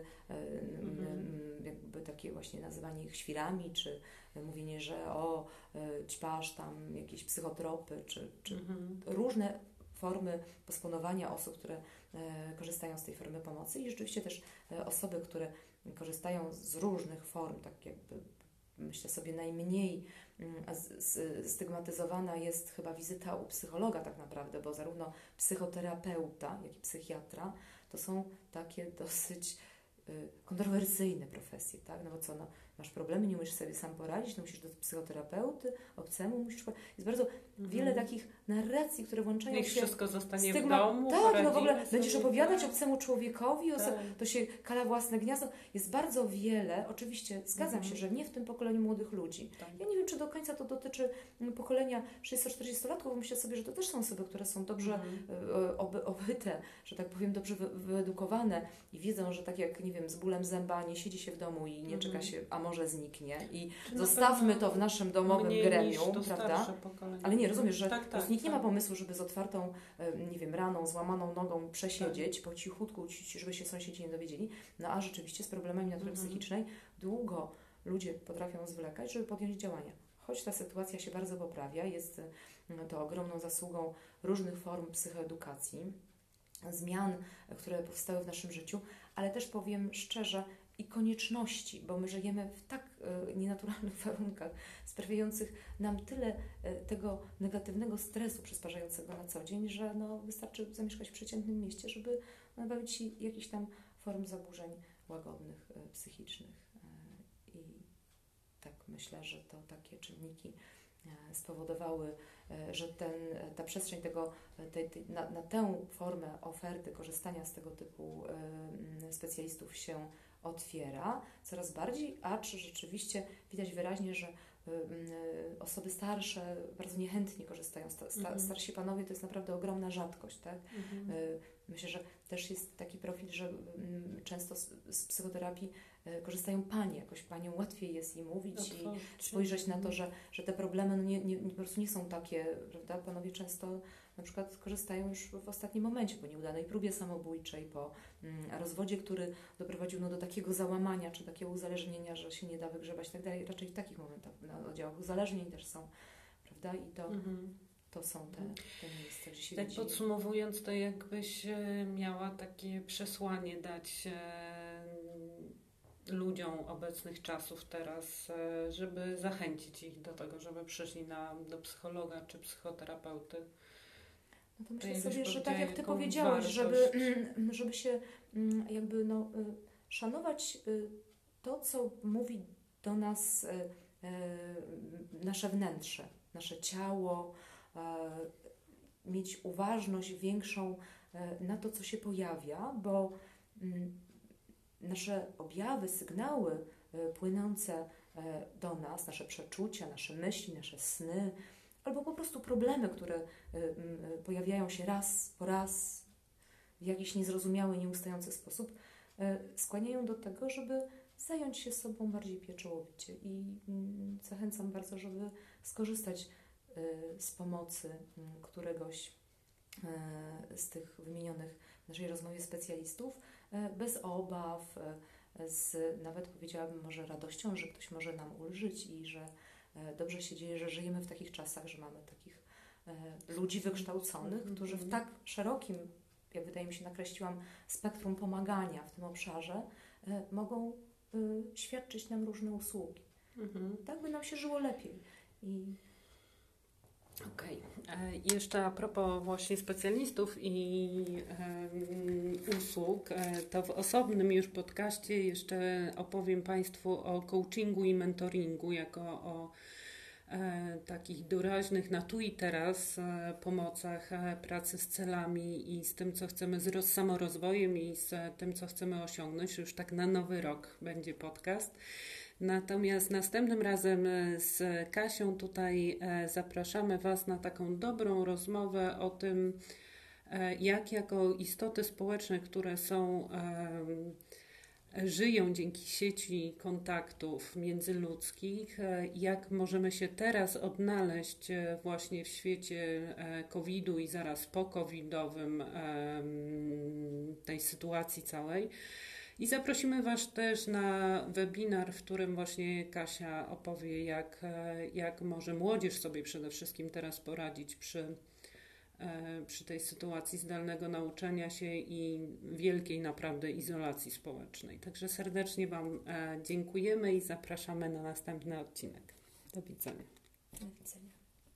Mhm. y, jakby takie właśnie nazywanie ich świrami, czy y, mówienie, że o, y, ćpasz tam jakieś psychotropy, czy, czy Mhm. różne formy posponowania osób, które e, korzystają z tej formy pomocy i rzeczywiście też e, osoby, które korzystają z różnych form, tak jakby myślę sobie najmniej mm, z, z, stygmatyzowana jest chyba wizyta u psychologa tak naprawdę, bo zarówno psychoterapeuta, jak i psychiatra to są takie dosyć y, kontrowersyjne profesje, tak? No bo co, no, masz problemy, nie umiesz sobie sam poradzić, no musisz do psychoterapeuty, obcemu musisz... Jest bardzo Mhm. wiele takich narracji, które włączają Niech się... wszystko zostanie stygma- w domu, Tak, no w ogóle poradzimy będziesz sobie, opowiadać tak. obcemu człowiekowi, oso- Tak. to się kala własne gniazdo. Jest bardzo wiele, oczywiście zgadzam Mhm. się, że nie w tym pokoleniu młodych ludzi. Tak. Ja nie wiem, czy do końca to dotyczy mm, pokolenia trzydziesto-czterdziestolatków, bo myślę sobie, że to też są osoby, które są dobrze Mhm. e, oby, obyte, że tak powiem, dobrze wy, wyedukowane i wiedzą, że tak jak, nie wiem, z bólem zęba nie siedzi się w domu i nie Mhm. czeka się, a może zniknie i Czy na zostawmy pewno to w naszym domowym mniej gremium, niż to prawda? starsze pokolenie. Ale nie, rozumiesz, że tak, po tak, prostu nikt nie ma tak. pomysłu, żeby z otwartą, e, nie wiem, raną, złamaną nogą przesiedzieć po cichutku, ci- żeby się sąsiedzi nie dowiedzieli. No a rzeczywiście z problemami natury Mhm. psychicznej długo ludzie potrafią zwlekać, żeby podjąć działania. Choć ta sytuacja się bardzo poprawia, jest e, to ogromną zasługą różnych form psychoedukacji, zmian, e, które powstały w naszym życiu, ale też powiem szczerze, i konieczności, bo my żyjemy w tak e, nienaturalnych warunkach, sprawiających nam tyle e, tego negatywnego stresu przysparzającego na co dzień, że no, wystarczy zamieszkać w przeciętnym mieście, żeby nabawić się jakichś tam form zaburzeń łagodnych, e, psychicznych. E, I tak myślę, że to takie czynniki e, spowodowały, e, że ten, e, ta przestrzeń tego, e, tej, tej, na, na tę formę oferty korzystania z tego typu e, m, specjalistów się otwiera coraz bardziej, a czy rzeczywiście widać wyraźnie, że osoby starsze bardzo niechętnie korzystają. Sta, sta, Mhm. Starsi panowie to jest naprawdę ogromna rzadkość, tak? Mhm. Myślę, że też jest taki profil, że mm, często z, z psychoterapii y, korzystają panie, jakoś paniom łatwiej jest im mówić Otworzyć i się. spojrzeć na to, Mhm. że, że te problemy no nie, nie, nie, po prostu nie są takie, prawda? Panowie często na przykład korzystają już w ostatnim momencie, po nieudanej próbie samobójczej, po mm, rozwodzie, który doprowadził no, do takiego załamania, czy takiego uzależnienia, że się nie da wygrzebać i tak dalej. Raczej w takich momentach na oddziałach uzależnień też są, prawda? I to, Mhm. to są te, te miejsca, gdzie się Tak ludzi... podsumowując, to jakbyś e, miała takie przesłanie dać e, ludziom obecnych czasów teraz, e, żeby zachęcić ich do tego, żeby przyszli na, do psychologa czy psychoterapeuty. No to myślę jakbyś sobie, że tak powiedziała, jak Ty jaką powiedziałeś, żeby, wartość? żeby się mm, jakby no, y, szanować y, to, co mówi do nas y, y, nasze wnętrze, nasze ciało, y, mieć uważność większą y, na to, co się pojawia, bo y, nasze objawy, sygnały y, płynące y, do nas, nasze przeczucia, nasze myśli, nasze sny, albo po prostu problemy, które y, y, pojawiają się raz po raz w jakiś niezrozumiały, nieustający sposób, y, skłaniają do tego, żeby zająć się sobą bardziej pieczołowicie. I y, zachęcam bardzo, żeby skorzystać y, z pomocy y, któregoś y, z tych wymienionych w naszej rozmowie specjalistów, y, bez obaw, y, z nawet powiedziałabym może radością, że ktoś może nam ulżyć i że dobrze się dzieje, że żyjemy w takich czasach, że mamy takich e, ludzi wykształconych, Mhm. którzy w tak szerokim, jak wydaje mi się nakreśliłam, spektrum pomagania w tym obszarze e, mogą e, świadczyć nam różne usługi. Mhm. Tak by nam się żyło lepiej. I Okej. E, Jeszcze a propos właśnie specjalistów i e, usług, e, to w osobnym już podcaście jeszcze opowiem Państwu o coachingu i mentoringu jako o e, takich doraźnych na tu i teraz e, pomocach e, pracy z celami i z tym, co chcemy, z roz, samorozwojem i z e, tym, co chcemy osiągnąć. Już tak na nowy rok będzie podcast. Natomiast następnym razem z Kasią tutaj zapraszamy Was na taką dobrą rozmowę o tym, jak jako istoty społeczne, które są, żyją dzięki sieci kontaktów międzyludzkich, jak możemy się teraz odnaleźć właśnie w świecie kowidu i zaraz po kowidowym tej sytuacji całej. I zaprosimy Was też na webinar, w którym właśnie Kasia opowie, jak, jak może młodzież sobie przede wszystkim teraz poradzić przy, przy tej sytuacji zdalnego nauczania się i wielkiej naprawdę izolacji społecznej. Także serdecznie Wam dziękujemy i zapraszamy na następny odcinek. Do widzenia. do widzenia.